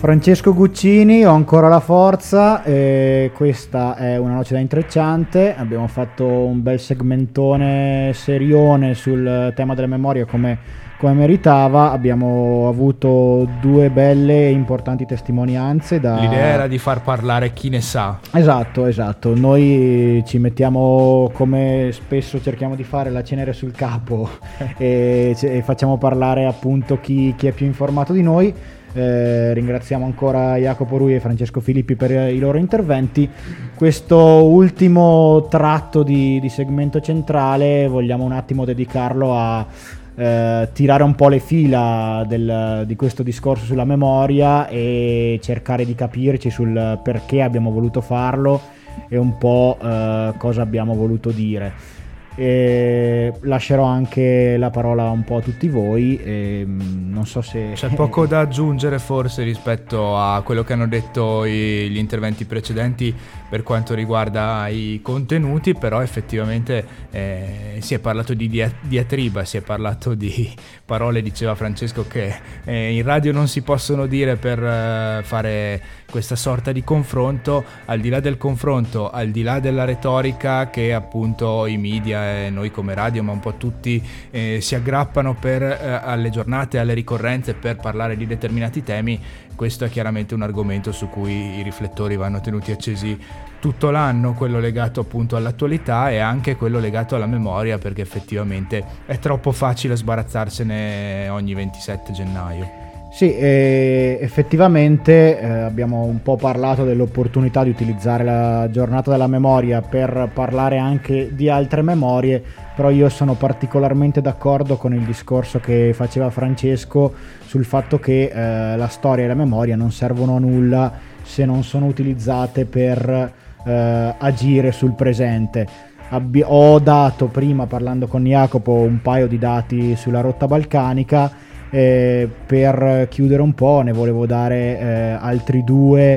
Francesco Guccini, ho ancora la forza, e questa è Una noce da intrecciante. Abbiamo fatto un bel segmentone serione sul tema della memoria come, come meritava. Abbiamo avuto due belle e importanti testimonianze da... L'idea era di far parlare chi ne sa. Esatto, esatto. Noi ci mettiamo, come spesso cerchiamo di fare, la cenere sul capo e, e facciamo parlare appunto chi, chi è più informato di noi. Eh, ringraziamo ancora Jacopo Rui e Francesco Filippi per i loro interventi. Questo ultimo tratto di, di segmento centrale vogliamo un attimo dedicarlo a eh, tirare un po' le fila del, di questo discorso sulla memoria e cercare di capirci sul perché abbiamo voluto farlo e un po' eh, cosa abbiamo voluto dire. E lascerò anche la parola un po' a tutti voi e non so se c'è poco da aggiungere forse rispetto a quello che hanno detto i, gli interventi precedenti per quanto riguarda i contenuti, però effettivamente eh, si è parlato di dia- diatriba, si è parlato di parole, diceva Francesco, che eh, in radio non si possono dire per eh, fare questa sorta di confronto. Al di là del confronto, al di là della retorica che appunto i media e noi come radio, ma un po' tutti eh, si aggrappano per, eh, alle giornate, alle ricorrenze per parlare di determinati temi, questo è chiaramente un argomento su cui i riflettori vanno tenuti accesi tutto l'anno, quello legato appunto all'attualità e anche quello legato alla memoria, perché effettivamente è troppo facile sbarazzarsene ogni ventisette gennaio. Sì, eh, effettivamente eh, abbiamo un po' parlato dell'opportunità di utilizzare la giornata della memoria per parlare anche di altre memorie, però io sono particolarmente d'accordo con il discorso che faceva Francesco sul fatto che eh, la storia e la memoria non servono a nulla se non sono utilizzate per eh, agire sul presente. Abbi- ho dato prima, parlando con Jacopo, un paio di dati sulla rotta balcanica. Eh, per chiudere un po' ne volevo dare eh, altri due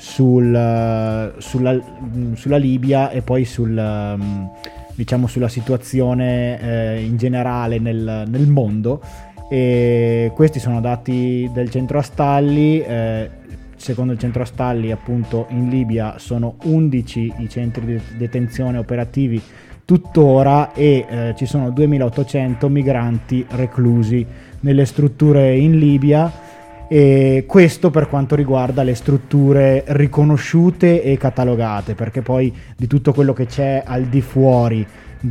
sul, sulla, sulla Libia e poi sul, um, diciamo sulla situazione eh, in generale nel, nel mondo. E questi sono dati del centro Astalli. Eh, secondo il centro Astalli appunto in Libia sono undici i centri di detenzione operativi tuttora e eh, ci sono duemilaottocento migranti reclusi nelle strutture in Libia, e questo per quanto riguarda le strutture riconosciute e catalogate, perché poi di tutto quello che c'è al di fuori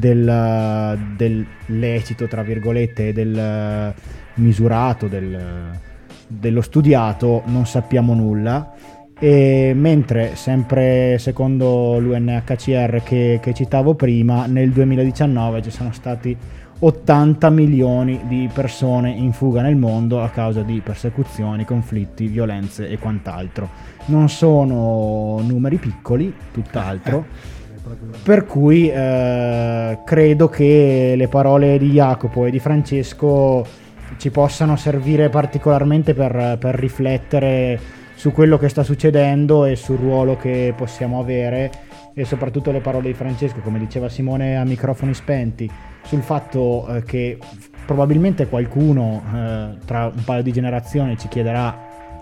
del, del lecito tra virgolette e del misurato, del, dello studiato non sappiamo nulla. E mentre sempre secondo l'U N H C R che, che citavo prima, nel duemiladiciannove ci sono stati ottanta milioni di persone in fuga nel mondo a causa di persecuzioni, conflitti, violenze e quant'altro. Non sono numeri piccoli, tutt'altro. Per cui eh, credo che le parole di Jacopo e di Francesco ci possano servire particolarmente per, per riflettere su quello che sta succedendo e sul ruolo che possiamo avere, e soprattutto le parole di Francesco, come diceva Simone a microfoni spenti, sul fatto eh, che probabilmente qualcuno eh, tra un paio di generazioni ci chiederà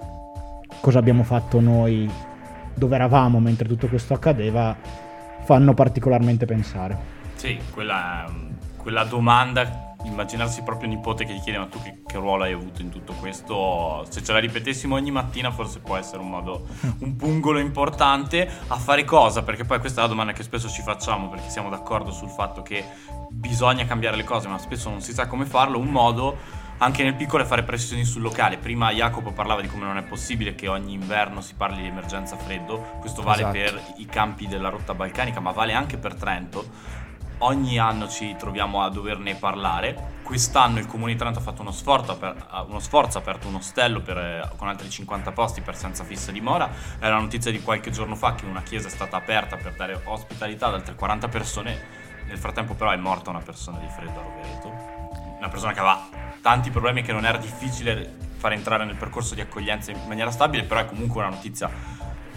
cosa abbiamo fatto noi, dove eravamo mentre tutto questo accadeva, fanno particolarmente pensare. Sì, quella, quella domanda, immaginarsi proprio nipote che gli chiede ma tu che, che ruolo hai avuto in tutto questo, se ce la ripetessimo ogni mattina forse può essere un modo, un pungolo importante. A fare cosa? Perché poi questa è la domanda che spesso ci facciamo, perché siamo d'accordo sul fatto che bisogna cambiare le cose ma spesso non si sa come farlo. Un modo anche nel piccolo è fare pressioni sul locale. Prima Jacopo parlava di come non è possibile che ogni inverno si parli di emergenza freddo, questo vale esatto. per i campi della rotta balcanica ma vale anche per Trento. Ogni anno ci troviamo a doverne parlare. Quest'anno il Comune di Trento ha fatto uno sforzo, per, uno sforzo ha aperto un ostello per, con altri cinquanta posti per senza fissa dimora. Era la notizia di qualche giorno fa che una chiesa è stata aperta per dare ospitalità ad altre quaranta persone. Nel frattempo però è morta una persona di freddo a Rovereto, una persona che aveva tanti problemi, che non era difficile far entrare nel percorso di accoglienza in maniera stabile, però è comunque una notizia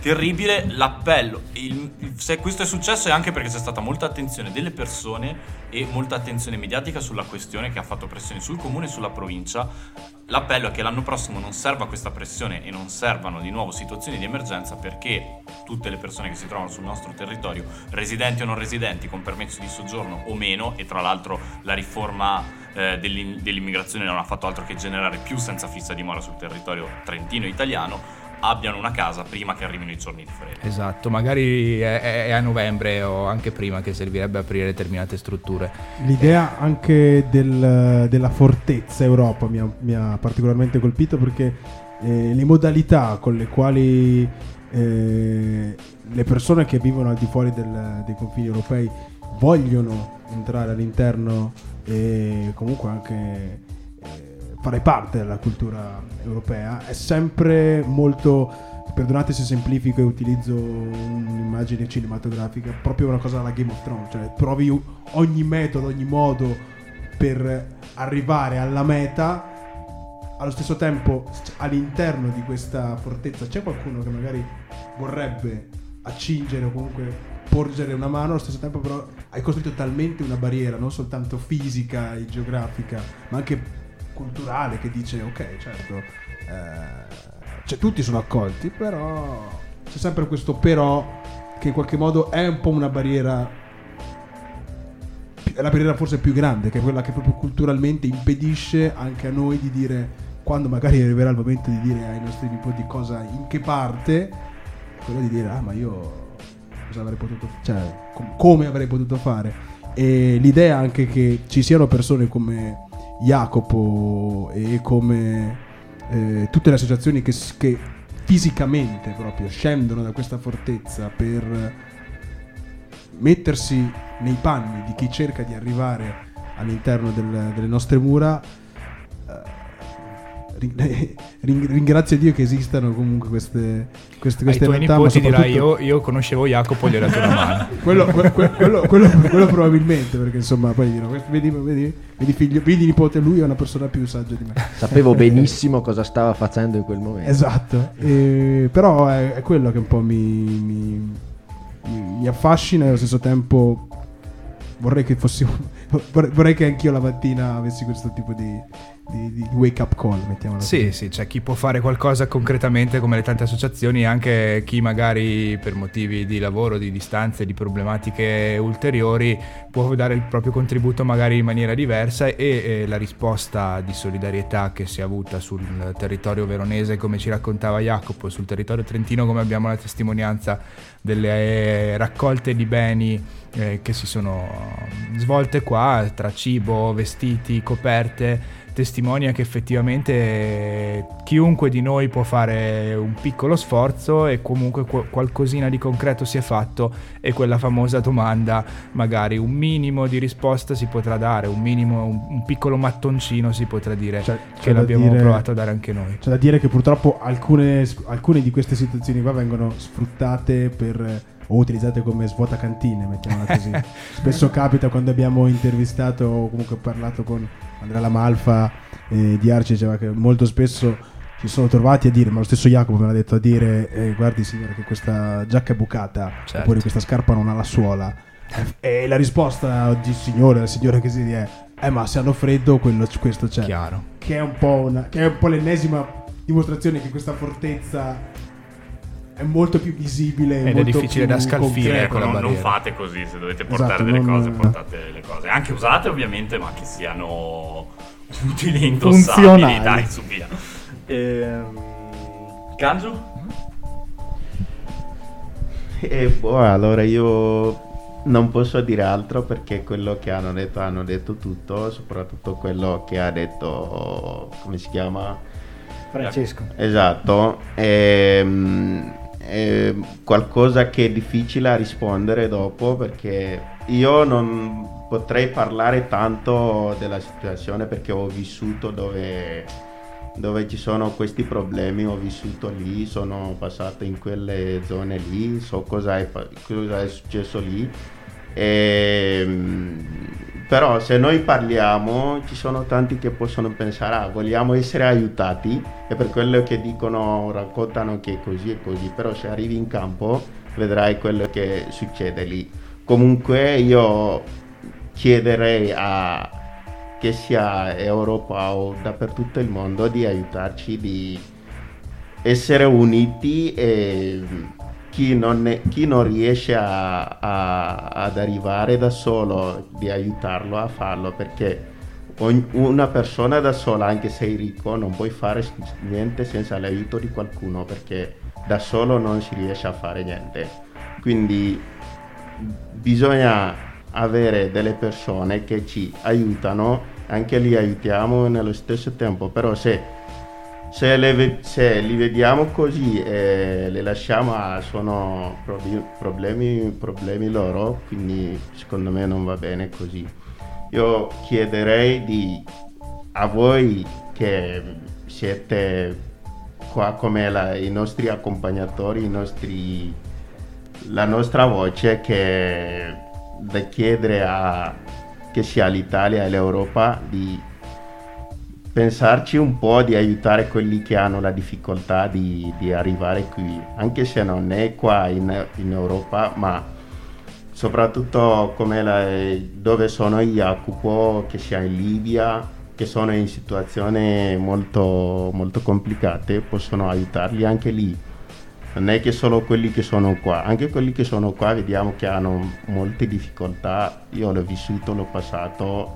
terribile. L'appello, il, il, se questo è successo è anche perché c'è stata molta attenzione delle persone e molta attenzione mediatica sulla questione, che ha fatto pressione sul comune e sulla provincia. L'appello è che l'anno prossimo non serva questa pressione e non servano di nuovo situazioni di emergenza, perché tutte le persone che si trovano sul nostro territorio, residenti o non residenti, con permesso di soggiorno o meno, e tra l'altro la riforma eh, dell'immigrazione non ha fatto altro che generare più senza fissa dimora sul territorio trentino e italiano, abbiano una casa prima che arrivino i giorni di freddo. Esatto, magari è, è a novembre o anche prima che servirebbe aprire determinate strutture. L'idea anche del, della fortezza Europa mi ha, mi ha particolarmente colpito, perché eh, le modalità con le quali eh, le persone che vivono al di fuori del, dei confini europei vogliono entrare all'interno e comunque anche fare parte della cultura europea è sempre molto, perdonate se semplifico e utilizzo un'immagine cinematografica, proprio una cosa alla Game of Thrones, cioè provi ogni metodo, ogni modo per arrivare alla meta. Allo stesso tempo all'interno di questa fortezza c'è qualcuno che magari vorrebbe accingere o comunque porgere una mano, allo stesso tempo però hai costruito talmente una barriera, non soltanto fisica e geografica, ma anche culturale, che dice ok, certo, eh, cioè tutti sono accolti, però c'è sempre questo però che in qualche modo è un po' una barriera, è la barriera forse più grande, che è quella che proprio culturalmente impedisce anche a noi di dire, quando magari arriverà il momento di dire ai nostri nipoti cosa, in che parte, quello di dire ah ma io cosa avrei potuto, cioè com- come avrei potuto fare. E l'idea anche che ci siano persone come Jacopo e come eh, tutte le associazioni che, che fisicamente proprio scendono da questa fortezza per mettersi nei panni di chi cerca di arrivare all'interno del, delle nostre mura, eh, ringrazio Dio che esistano comunque queste queste, queste ai tuoi realtà, nipoti soprattutto... dirai io, io conoscevo Jacopo, gli ho dato una mano. quello, que, que, quello, quello, quello probabilmente, perché insomma poi dirò vedi, vedi, vedi figlio, vedi nipote, lui è una persona più saggia di me, sapevo benissimo cosa stava facendo in quel momento. Esatto, e, però è, è quello che un po' mi, mi, mi, mi affascina, e allo stesso tempo vorrei che fossi vorrei, vorrei che anch'io la mattina avessi questo tipo di Di, di wake up call, mettiamola sì, così. sì, c'è chi può fare qualcosa concretamente come le tante associazioni, e anche chi magari per motivi di lavoro, di distanze, di problematiche ulteriori può dare il proprio contributo magari in maniera diversa, e, e la risposta di solidarietà che si è avuta sul territorio veronese, come ci raccontava Jacopo, sul territorio trentino, come abbiamo la testimonianza delle raccolte di beni eh, che si sono svolte qua, tra cibo, vestiti, coperte, testimonia che effettivamente chiunque di noi può fare un piccolo sforzo, e comunque qu- qualcosina di concreto si è fatto, e quella famosa domanda, magari un minimo di risposta si potrà dare, un minimo, un, un piccolo mattoncino si potrà dire, cioè, che l'abbiamo dire, provato a dare anche noi. C'è da dire che purtroppo alcune, alcune di queste situazioni qua vengono sfruttate per, o utilizzate come svuotacantine, mettiamola così. Spesso capita, quando abbiamo intervistato o comunque parlato con Andrea Lamalfa eh, di Arci, diceva che molto spesso si sono trovati a dire, ma lo stesso Jacopo me l'ha detto, a dire eh, guardi signore che questa giacca è bucata, certo, oppure questa scarpa non ha la suola, e la risposta di signore, la signora che si è eh ma se hanno freddo quello, questo c'è. Chiaro. Che è un po' una, che è un po' l'ennesima dimostrazione che questa fortezza è molto più visibile ed molto è difficile da scalfire. Ecco, non, non fate così, se dovete portare esatto, delle non... cose portate le cose anche usate ovviamente, ma che siano utili e indossabili, dai, su via. ehm... Kanju? E boh, allora io non posso dire altro, perché quello che hanno detto hanno detto tutto, soprattutto quello che ha detto, come si chiama? Francesco. Esatto. Ehm È qualcosa che è difficile a rispondere dopo, perché io non potrei parlare tanto della situazione, perché ho vissuto dove, dove ci sono questi problemi, ho vissuto lì, sono passato in quelle zone lì, so cosa è, cosa è successo lì, E, però se noi parliamo ci sono tanti che possono pensare ah, vogliamo essere aiutati, e per quello che dicono, raccontano che così e così, però se arrivi in campo vedrai quello che succede lì. Comunque io chiederei a che sia Europa o dappertutto il mondo di aiutarci, di essere uniti, e chi non, è, chi non riesce a, a, ad arrivare da solo di aiutarlo a farlo, perché ogni, una persona da sola, anche se sei ricco, non puoi fare niente senza l'aiuto di qualcuno, perché da solo non si riesce a fare niente. Quindi bisogna avere delle persone che ci aiutano, anche li aiutiamo nello stesso tempo, però se Se, le, se li vediamo così e le lasciamo, ah, sono problemi, problemi loro, quindi secondo me non va bene così. Io chiederei di, a voi che siete qua come la, i nostri accompagnatori, i nostri, la nostra voce, che da chiedere a che sia l'Italia e l'Europa di pensarci un po', di aiutare quelli che hanno la difficoltà di, di arrivare qui, anche se non è qua in, in Europa, ma soprattutto come la, dove sono io, Jacopo, che sia in Libia, che sono in situazioni molto, molto complicate, possono aiutarli anche lì. Non è che solo quelli che sono qua, anche quelli che sono qua vediamo che hanno molte difficoltà, io l'ho vissuto, l'ho passato,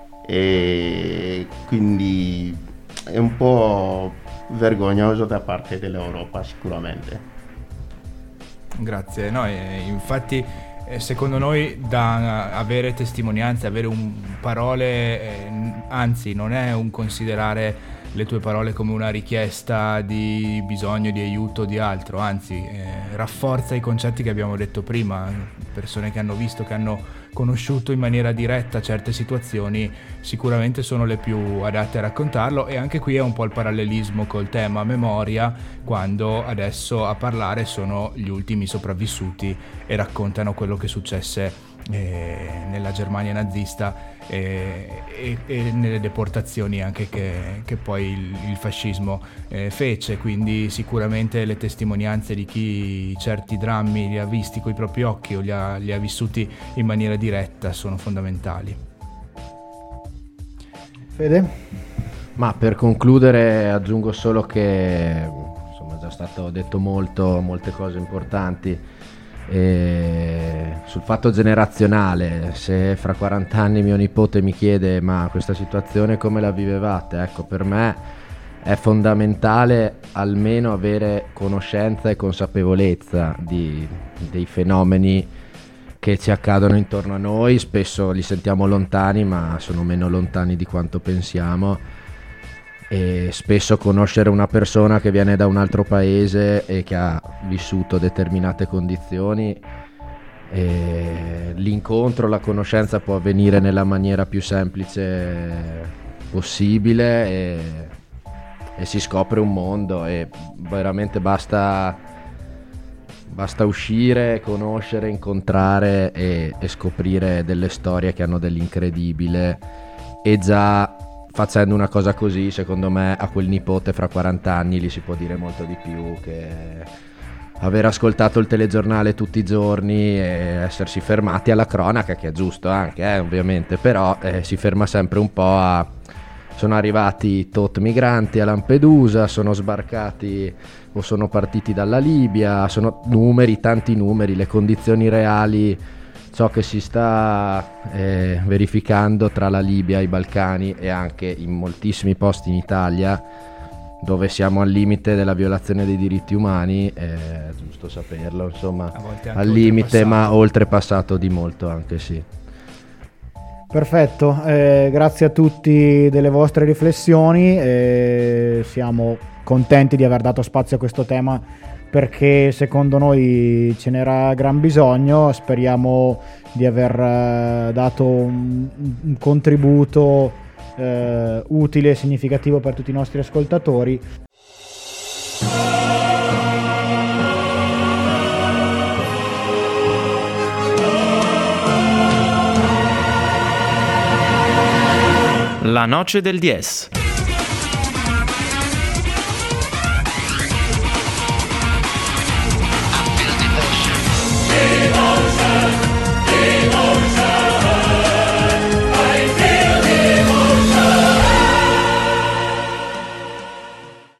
e quindi è un po' vergognoso da parte dell'Europa sicuramente. Grazie, no, infatti secondo noi da avere testimonianze, avere un parole, anzi non è un considerare le tue parole come una richiesta di bisogno di aiuto di altro, anzi eh, rafforza i concetti che abbiamo detto prima. Persone che hanno visto, che hanno conosciuto in maniera diretta certe situazioni sicuramente sono le più adatte a raccontarlo, e anche qui è un po' il parallelismo col tema memoria, quando adesso a parlare sono gli ultimi sopravvissuti e raccontano quello che successe eh, nella Germania nazista e, e, e nelle deportazioni anche che, che poi il, il fascismo eh, fece. Quindi sicuramente le testimonianze di chi certi drammi li ha visti coi propri occhi o li ha, li ha vissuti in maniera diretta sono fondamentali. Fede? Ma per concludere aggiungo solo che insomma è già stato detto molto, molte cose importanti. E sul fatto generazionale, se fra quaranta anni mio nipote mi chiede ma questa situazione come la vivevate, ecco, per me è fondamentale almeno avere conoscenza e consapevolezza di, dei fenomeni che ci accadono intorno a noi. Spesso li sentiamo lontani, ma sono meno lontani di quanto pensiamo, e spesso conoscere una persona che viene da un altro paese e che ha vissuto determinate condizioni, e l'incontro, la conoscenza può avvenire nella maniera più semplice possibile, e, e si scopre un mondo, e veramente basta basta uscire, conoscere, incontrare e, e scoprire delle storie che hanno dell'incredibile. E già facendo una cosa così, secondo me a quel nipote fra quaranta anni gli si può dire molto di più che aver ascoltato il telegiornale tutti i giorni e essersi fermati alla cronaca, che è giusto anche eh, ovviamente, però eh, si ferma sempre un po' a sono arrivati tot migranti a Lampedusa, sono sbarcati o sono partiti dalla Libia, sono numeri, tanti numeri, le condizioni reali, ciò che si sta eh, verificando tra la Libia, i Balcani e anche in moltissimi posti in Italia dove siamo al limite della violazione dei diritti umani, è giusto saperlo, insomma, al limite, ma oltrepassato di molto anche, sì. Perfetto, eh, grazie a tutti delle vostre riflessioni, eh, siamo contenti di aver dato spazio a questo tema perché secondo noi ce n'era gran bisogno. Speriamo di aver eh, dato un, un contributo eh, utile e significativo per tutti i nostri ascoltatori. La noce del diez.